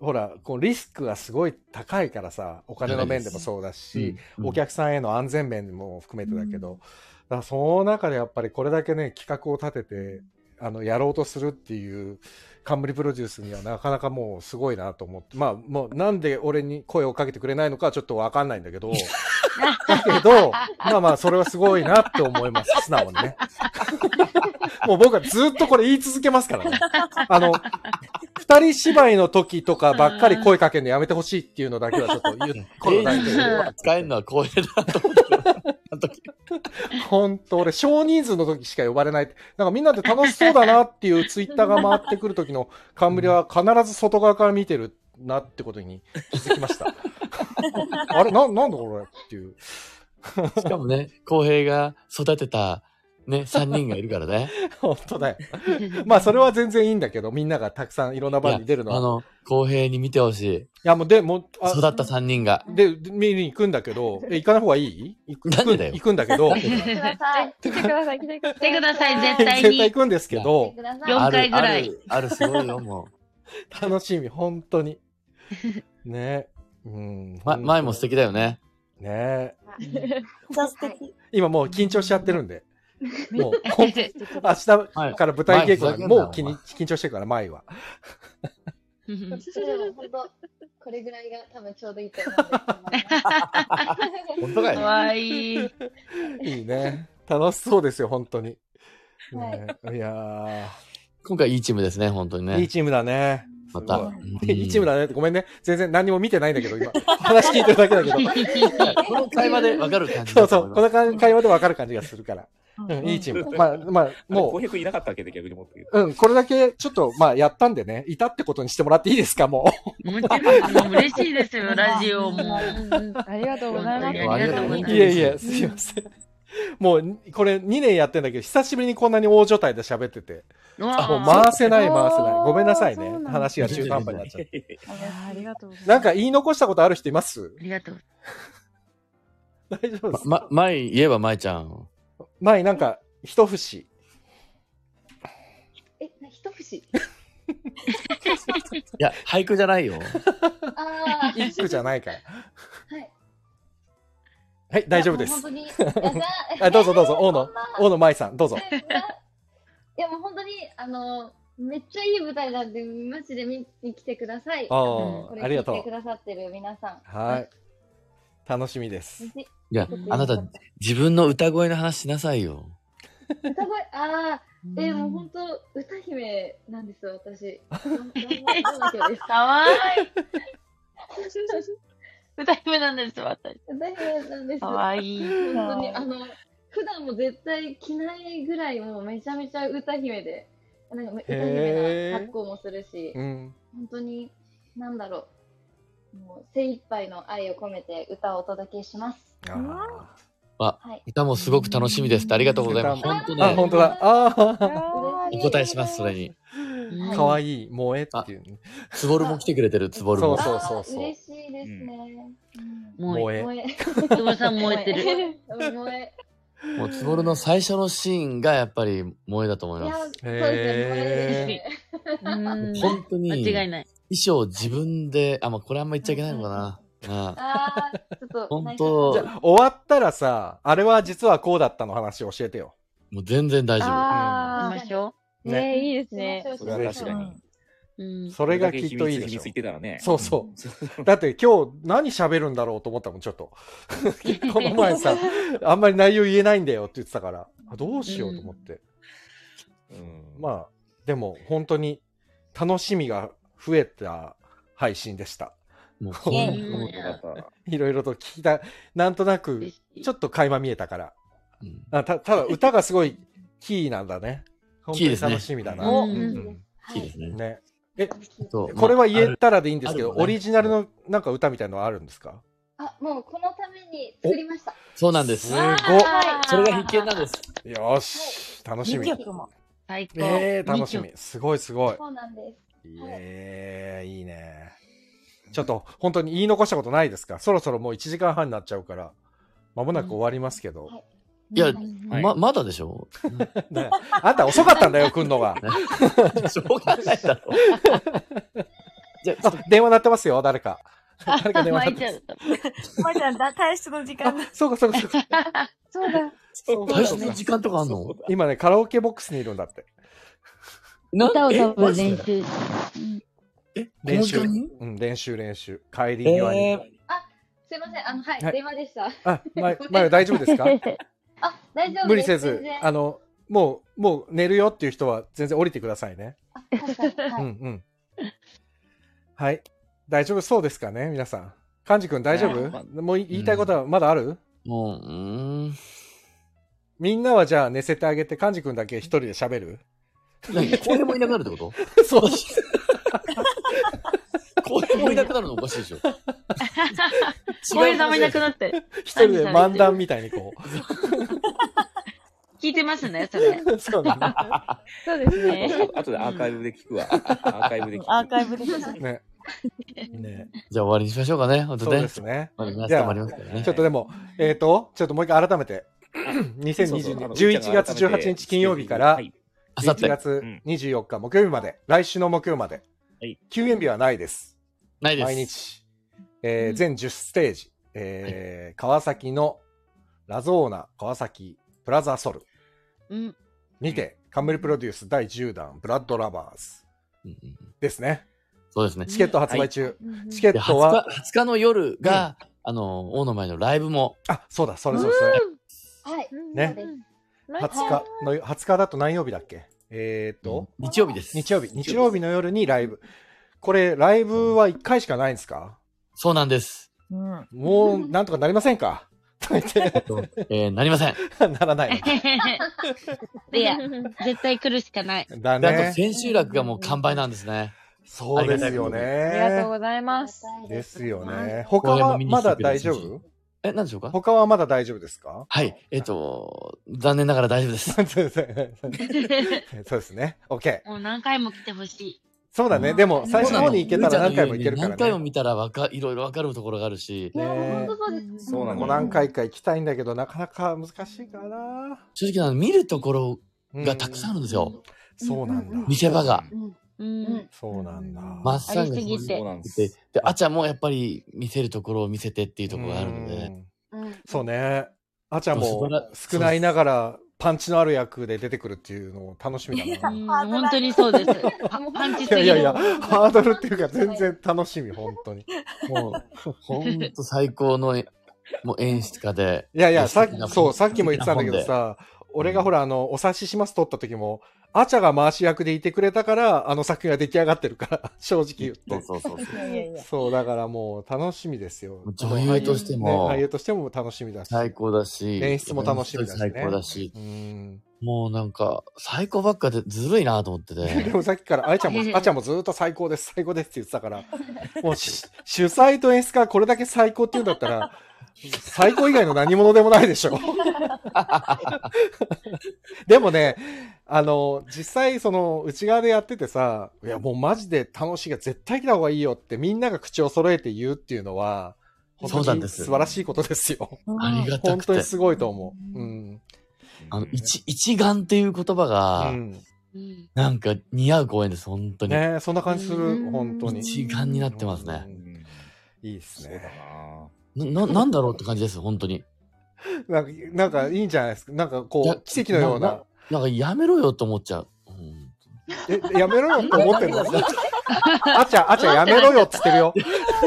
ほら、こうリスクがすごい高いからさ、お金の面でもそうだし、お客さんへの安全面も含めてだけど、だからその中でやっぱりこれだけね、企画を立てて、やろうとするっていう冠プロデュースにはなかなかもうすごいなと思って、まあもうなんで俺に声をかけてくれないのかはちょっとわかんないんだけど、だけど、まあまあそれはすごいなって思います、素直にね。もう僕はずっとこれ言い続けますからね。二人芝居の時とかばっかり声かけるのやめてほしいっていうのだけはちょっと言う。 使えるのは光栄だと思ってる。 ほんと、俺少人数の時しか呼ばれない。なんかみんなで楽しそうだなっていうツイッターが回ってくる時の冠は必ず外側から見てるなってことに気づきました。あれなんだこれっていう。 しかもね、公平が育てたね、3人がいるからね。 本当だよ。まあ、それは全然いいんだけど、みんながたくさんいろんな場に出るのは。 公平に見てほしい。 いや、もう、育った3人が。 で、見に行くんだけど、行かない方がいい？ なんでだよ。 行くんだけど。 来てください。来てください。 来てください、絶対に。 絶対行くんですけど。 4回ぐらい。 ある、すごいよ、もう。楽しみ、本当に。ね。 前も素敵だよね。 ね。 素敵。 今もう緊張しちゃってるんで。もう、明日から舞台稽古もう緊張してるから、前は。 本当、これぐらいが多分ちょうどいいと思うんです。 本当かよ。 かわいい。 いいね。楽しそうですよ、本当に。いやー。今回いいチームですね、本当にね。 いいチームだね。 また。 いいチームだねって、ごめんね。全然何も見てないんだけど、今。話聞いてるだけだけど。 この会話でわかる感じ。 そうそう。この会話でわかる感じがするから。いいチーム。まあ、もう。 公平君いなかったわけで逆に思ってる。 これだけちょっと、やったんでね、いたってことにしてもらっていいですか、もう。 もちろん、嬉しいですよ、ラジオも。 ありがとうございます。 ありがとうございます。 いえ、すいません。もう、これ2年やってんだけど、久しぶりにこんなに大所帯で喋ってて。もう回せない。ごめんなさいね。話が中途半端になっちゃって。 ありがとうございます。 なんか言い残したことある人います？ ありがとう。 大丈夫です。 前言えば舞ちゃん。 前なんか、一節。 一節いや、俳句じゃないよ。 一句じゃないから。 はい。 はい、大丈夫です。 本当に。 どうぞ、大野舞さん、どうぞ。 いや、もう本当に、めっちゃいい舞台なんで、マジで見に来てください。 ありがとう。 来てくださってる皆さん。 はい。楽しみです。 いや、あなた、自分の歌声の話しなさいよ。 歌声、もう本当、歌姫なんですよ、私。 かわいい。歌姫なんです、私。 歌姫なんです。 かわいい。 本当に、普段も絶対着ないぐらい、もうめちゃめちゃ歌姫で、なんか歌姫な格好もするし、本当に、なんだろう、もう精一杯の愛を込めて歌をお届けします。 歌もすごく楽しみです。ありがとうございます。本当ね。本当だ。 お答えします、それに。 かわいい、萌えっていう。 つぼるも来てくれてる、つぼるも。 そう。嬉しいですね。 萌え。 つぼるさん燃えてる。 もうつぼるの最初のシーンがやっぱり萌えだと思います。 そうですね、 本当に。 間違いない。 衣装自分で、これあんま言っちゃいけないのかな。 ちょっと。 本当。 じゃ終わったらさ、あれは実はこうだったの話教えてよ。 もう全然大丈夫。 行きましょう。ね、いいですね。 それは確かに。それがきっといいでしょ。 秘密言ってたらね。 そうそう。だって今日何喋るんだろうと思ったもん、ちょっと。この前さ、あんまり内容言えないんだよって言ってたから、どうしようと思って。まあ、でも本当に楽しみが増えた配信でした。 もういろいろと聞いた、なんとなく、ちょっと垣間見えたから。ただ歌がすごいキーなんだね。本当に楽しみだな。 キーですね。 これは言えたらでいいんですけど、オリジナルのなんか歌みたいなのはあるんですか？ もうこのために作りました。 そうなんです。 すごい。 それが必見なんです。 よし、楽しみ。 最高。 楽しみ。すごい。 そうなんです。 いいね。ちょっと本当に言い残したことないですか？そろそろもう1時間半になっちゃうから、間もなく終わりますけど。 いや、まだでしょあんた遅かったんだよ、来んのが。 しょうがないだろ。 じゃあ、電話鳴ってますよ、誰か。誰か電話鳴ってます。 まいちゃん、退出の時間だ。 そうか。そうだ。 退出の時間とかあんの？ 今ね、カラオケボックスにいるんだって。 歌を歌う練習。 練習。練習。帰り際に。 すいません。はい、電話でした。 まだ大丈夫ですか？ 大丈夫です。 無理せず、もう寝るよっていう人は全然降りてくださいね。はい。大丈夫そうですかね、皆さん。幹事くん大丈夫？もう言いたいことはまだある？みんなはじゃあ寝せてあげて、幹事くんだけ一人で喋る？ 公平もいなくなるってこと？ そう。 公平もいなくなるのおかしいでしょ。 公平さんもいなくなって。 一人で漫談みたいにこう。 聞いてますね、それ。 そうですね。 あとでアーカイブで聞くわ。アーカイブで聞く。 ね。 じゃあ終わりにしましょうかね。 そうですね。 じゃあ、 ちょっとでも、ちょっともう一回改めて、2020年11月18日金曜日から、11月24日木曜日まで、来週の木曜まで、休園日はないです。 ないです。 毎日、全10ステージ、川崎のラゾーナ川崎プラザソルにて、冠プロデュース第10弾ブラッドラバーズですね。 そうですね。 チケット発売中。チケットは 20日の夜が、大野前のライブも。 そうだ、それ。 はい。 ね。20日だと何曜日だっけ？ 日曜日です。 日曜日の夜にライブ。これ、ライブは1回しかないんですか？ そうなんです。 もう、なんとかなりませんか？ なりません。 ならない。 いや、絶対来るしかない。 だね。 あと、千秋楽がもう完売なんですね。 そうですよね。 ありがとうございます。 ですよね。他はまだ大丈夫？ 何でしょうか？ 他はまだ大丈夫ですか？ はい。残念ながら大丈夫です。 そうですね。OK。 もう何回も来てほしい。 そうだね。でも、最初の方に行けたら何回も行けるからね。 何回も見たらいろいろわかるところがあるし。 本当そうです。 そうなの。何回か行きたいんだけど、なかなか難しいかな。 正直見るところがたくさんあるんですよ。 そうなんだ。 見せ場が。 そうなんだ。 まっさんがで、あちゃんもやっぱり見せるところを見せてっていうところがあるので。 そうね。あちゃんも少ないながらパンチのある役で出てくるっていうのを楽しみだな。 本当にそうです。パンチすぎる。 いや、ハードルっていうか全然楽しみ、本当に。 もう、本当最高のもう演出家で。 いや、さっきも言ってたんだけどさ、俺がほら、お察しします撮った時も、アチャが回し役でいてくれたから、あの作品が出来上がってるから、正直言って。そう、だからもう楽しみですよ。 女優としても。 俳優としても楽しみだし。 最高だし。 演出も楽しみだし、 最高だし。もうなんか、最高ばっかでずるいなと思ってて。 でもさっきから、あちゃんもずっと最高です、最高ですって言ってたから、もう主催と演出家がこれだけ最高って言うんだったら、最高以外の何者でもないでしょ。でもね、実際その内側でやっててさ、いやもうマジで楽しいが絶対来た方がいいよってみんなが口を揃えて言うっていうのは、本当に素晴らしいことですよ。 ありがたくて。 本当にすごいと思う。 一丸っていう言葉が、なんか似合う公演です、本当に。 ね、そんな感じする、本当に。 一丸になってますね。 いいですね。 なんだろうって感じです、本当に。 なんかいいんじゃないですか。なんかこう、奇跡のような。 なんかやめろよと思っちゃう。 やめろよって思ってるの？あちゃやめろよって言ってるよ。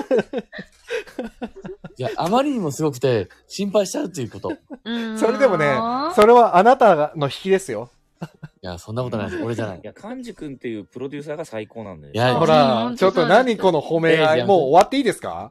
いや、あまりにもすごくて、心配しちゃうっていうこと。 それでもね、それはあなたの引きですよ。 いや、そんなことないです。俺じゃない。 いや、幹事くんっていうプロデューサーが最高なんだよ。 いや、ほら、ちょっと何この褒め合い。もう終わっていいですか？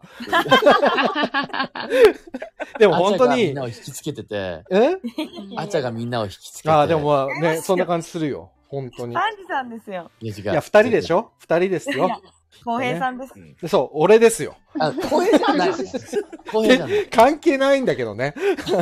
でも本当に。 みんなを引きつけてて。あちゃがみんなを引きつけて。 ああ、でもまあね、そんな感じするよ。本当に。 幹事さんですよ。 いや、二人でしょ？二人ですよ。 浩平さんです。 そう、俺ですよ。 浩平じゃない。浩平じゃない。 関係ないんだけどね。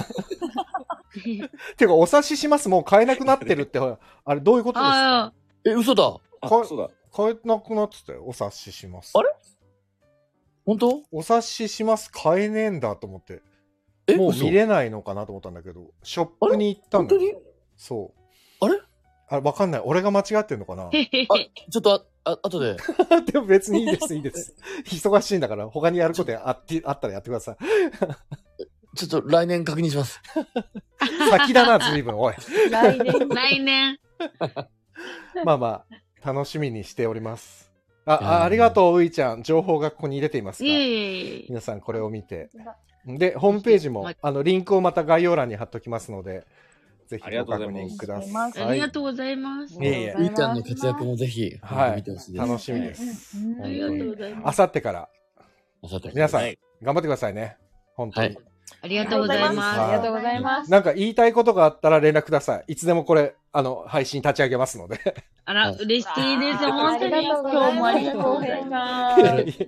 てか、お察しします。もう買えなくなってるって、あれどういうことですか？ 嘘だ。 そうだ。 買えなくなってたよ。お察しします。 あれ本当？ お察しします。買えねえんだと思って。もう見れないのかなと思ったんだけど、ショップに行ったんだよ。そう。 あれわかんない。俺が間違ってんのかな？ ちょっと、 後で。 でも別にいいです、いいです。忙しいんだから、他にやることあったらやってください。 ちょっと来年確認します。 先だな、随分、おい。 来年。 まあまあ、楽しみにしております。ありがとう、ういちゃん。情報がここに入れていますか？皆さんこれを見て。で、ホームページも、リンクをまた概要欄に貼っときますので、ぜひご確認ください。 ありがとうございます。 ういちゃんの活躍もぜひ、見てほしいです。 楽しみです。 ありがとうございます。 あさってから、皆さん、頑張ってくださいね。本当に。 ありがとうございます。 ありがとうございます。 なんか言いたいことがあったら連絡ください。いつでもこれ、配信立ち上げますので。 あら、嬉しいです。本当に。今日もありがとうございます。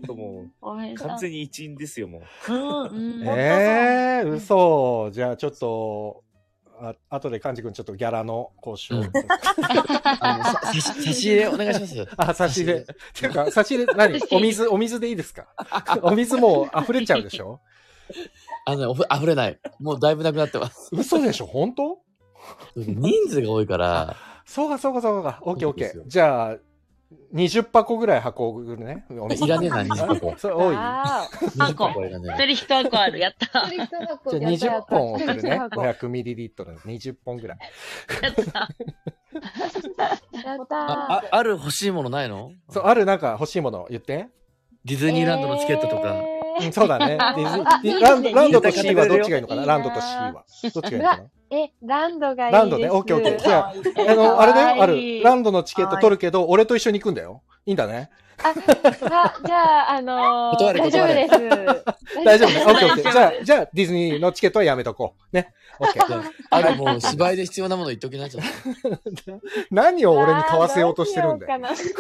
もう、完全に一員ですよ、もう。 嘘。じゃあちょっと、後で幹事君ちょっとギャラの交渉。 差し入れお願いします。 差し入れ。っていうか、差し入れ何？お水でいいですか？お水もう溢れちゃうでしょ？ 溢れない。もうだいぶなくなってます。 嘘でしょ？本当？ 人数が多いから。 そうか。オッケー。じゃあ、20箱ぐらい運ぶね。 いらねえな、20箱。 それ多い？ 箱。一人1箱ある。やった。 じゃあ20本送るね。500ml 20本ぐらい。 やった。 やった。 ある欲しいものないの？ そう、あるなんか欲しいもの言って。 ディズニーランドのチケットとか。 そうだね。ランドと C はどっちがいいのかな？ランドと C は。どっちがいいのかな？ ランドがいいです。 ランドね。オッケー。じゃあ、あれだよ。ある。ランドのチケット取るけど、俺と一緒に行くんだよ。いいんだね。 じゃあ、大丈夫です。 大丈夫ね。オッケー。じゃあ、ディズニーのチケットはやめとこう。ね。オッケー。 もう芝居で必要なもの言っときなっちゃった。 何を俺に買わせようとしてるんだよ。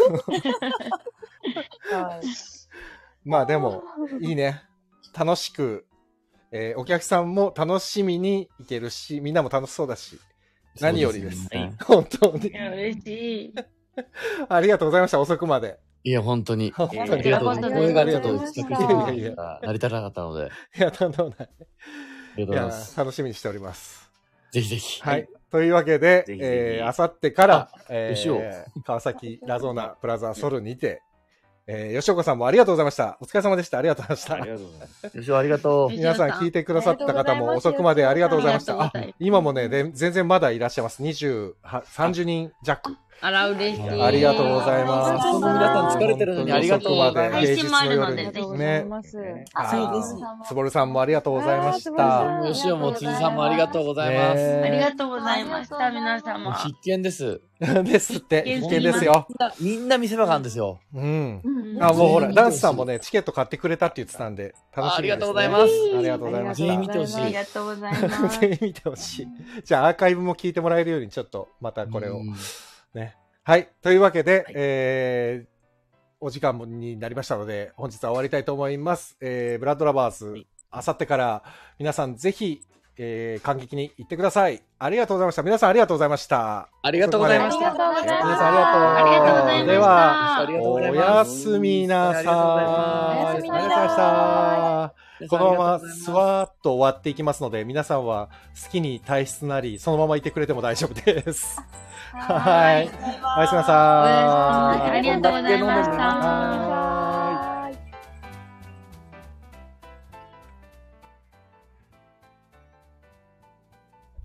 まあでも、いいね。楽しく、お客さんも楽しみに行けるし、みんなも楽しそうだし、何よりです。本当に。 嬉しい。 ありがとうございました、遅くまで。 いや、本当に。 ありがとうございます。 声がありがとうございます。いや、成り立たなかったので。 いや、とんでもない。 ありがとうございます。 楽しみにしております。 ぜひぜひ。 はい。というわけで、あさってから、川崎ラゾーナプラザソルにて、吉岡さんもありがとうございました。お疲れ様でした。ありがとうございました。 ありがとうございます。 吉岡ありがとう。 皆さん聞いてくださった方も遅くまでありがとうございました。今もね、全然まだいらっしゃいます。30人弱。 あら、嬉しい。 ありがとうございます。 その皆さん疲れてるのにありがとうございます。 配信もあるので、 ね。 そうです。 つぼるさんもありがとうございました。 吉尾も辻さんもありがとうございます。 ありがとうございました、皆様。 必見です。 ですって、必見ですよ。 みんな見せ場があるんですよ。 うん。もうほら、ダンスさんもね、チケット買ってくれたって言ってたんで、楽しみです。 ありがとうございます。 ありがとうございました。 全員見てほしい。 ありがとうございます。 全員見てほしい。じゃあ、アーカイブも聞いてもらえるように、ちょっと、またこれを。ね。はい。というわけで、お時間になりましたので、本日は終わりたいと思います。ブラッドラバーズ、あさってから皆さんぜひ、感激に行ってください。ありがとうございました。皆さんありがとうございました。 ありがとうございました。 皆さんありがとうございました。では、おやすみなさい。ありがとうございました。このままスワーッと終わっていきますので、皆さんは好きに体質なり、そのままいてくれても大丈夫です。はい。おやすみなさい。 ありがとうございました。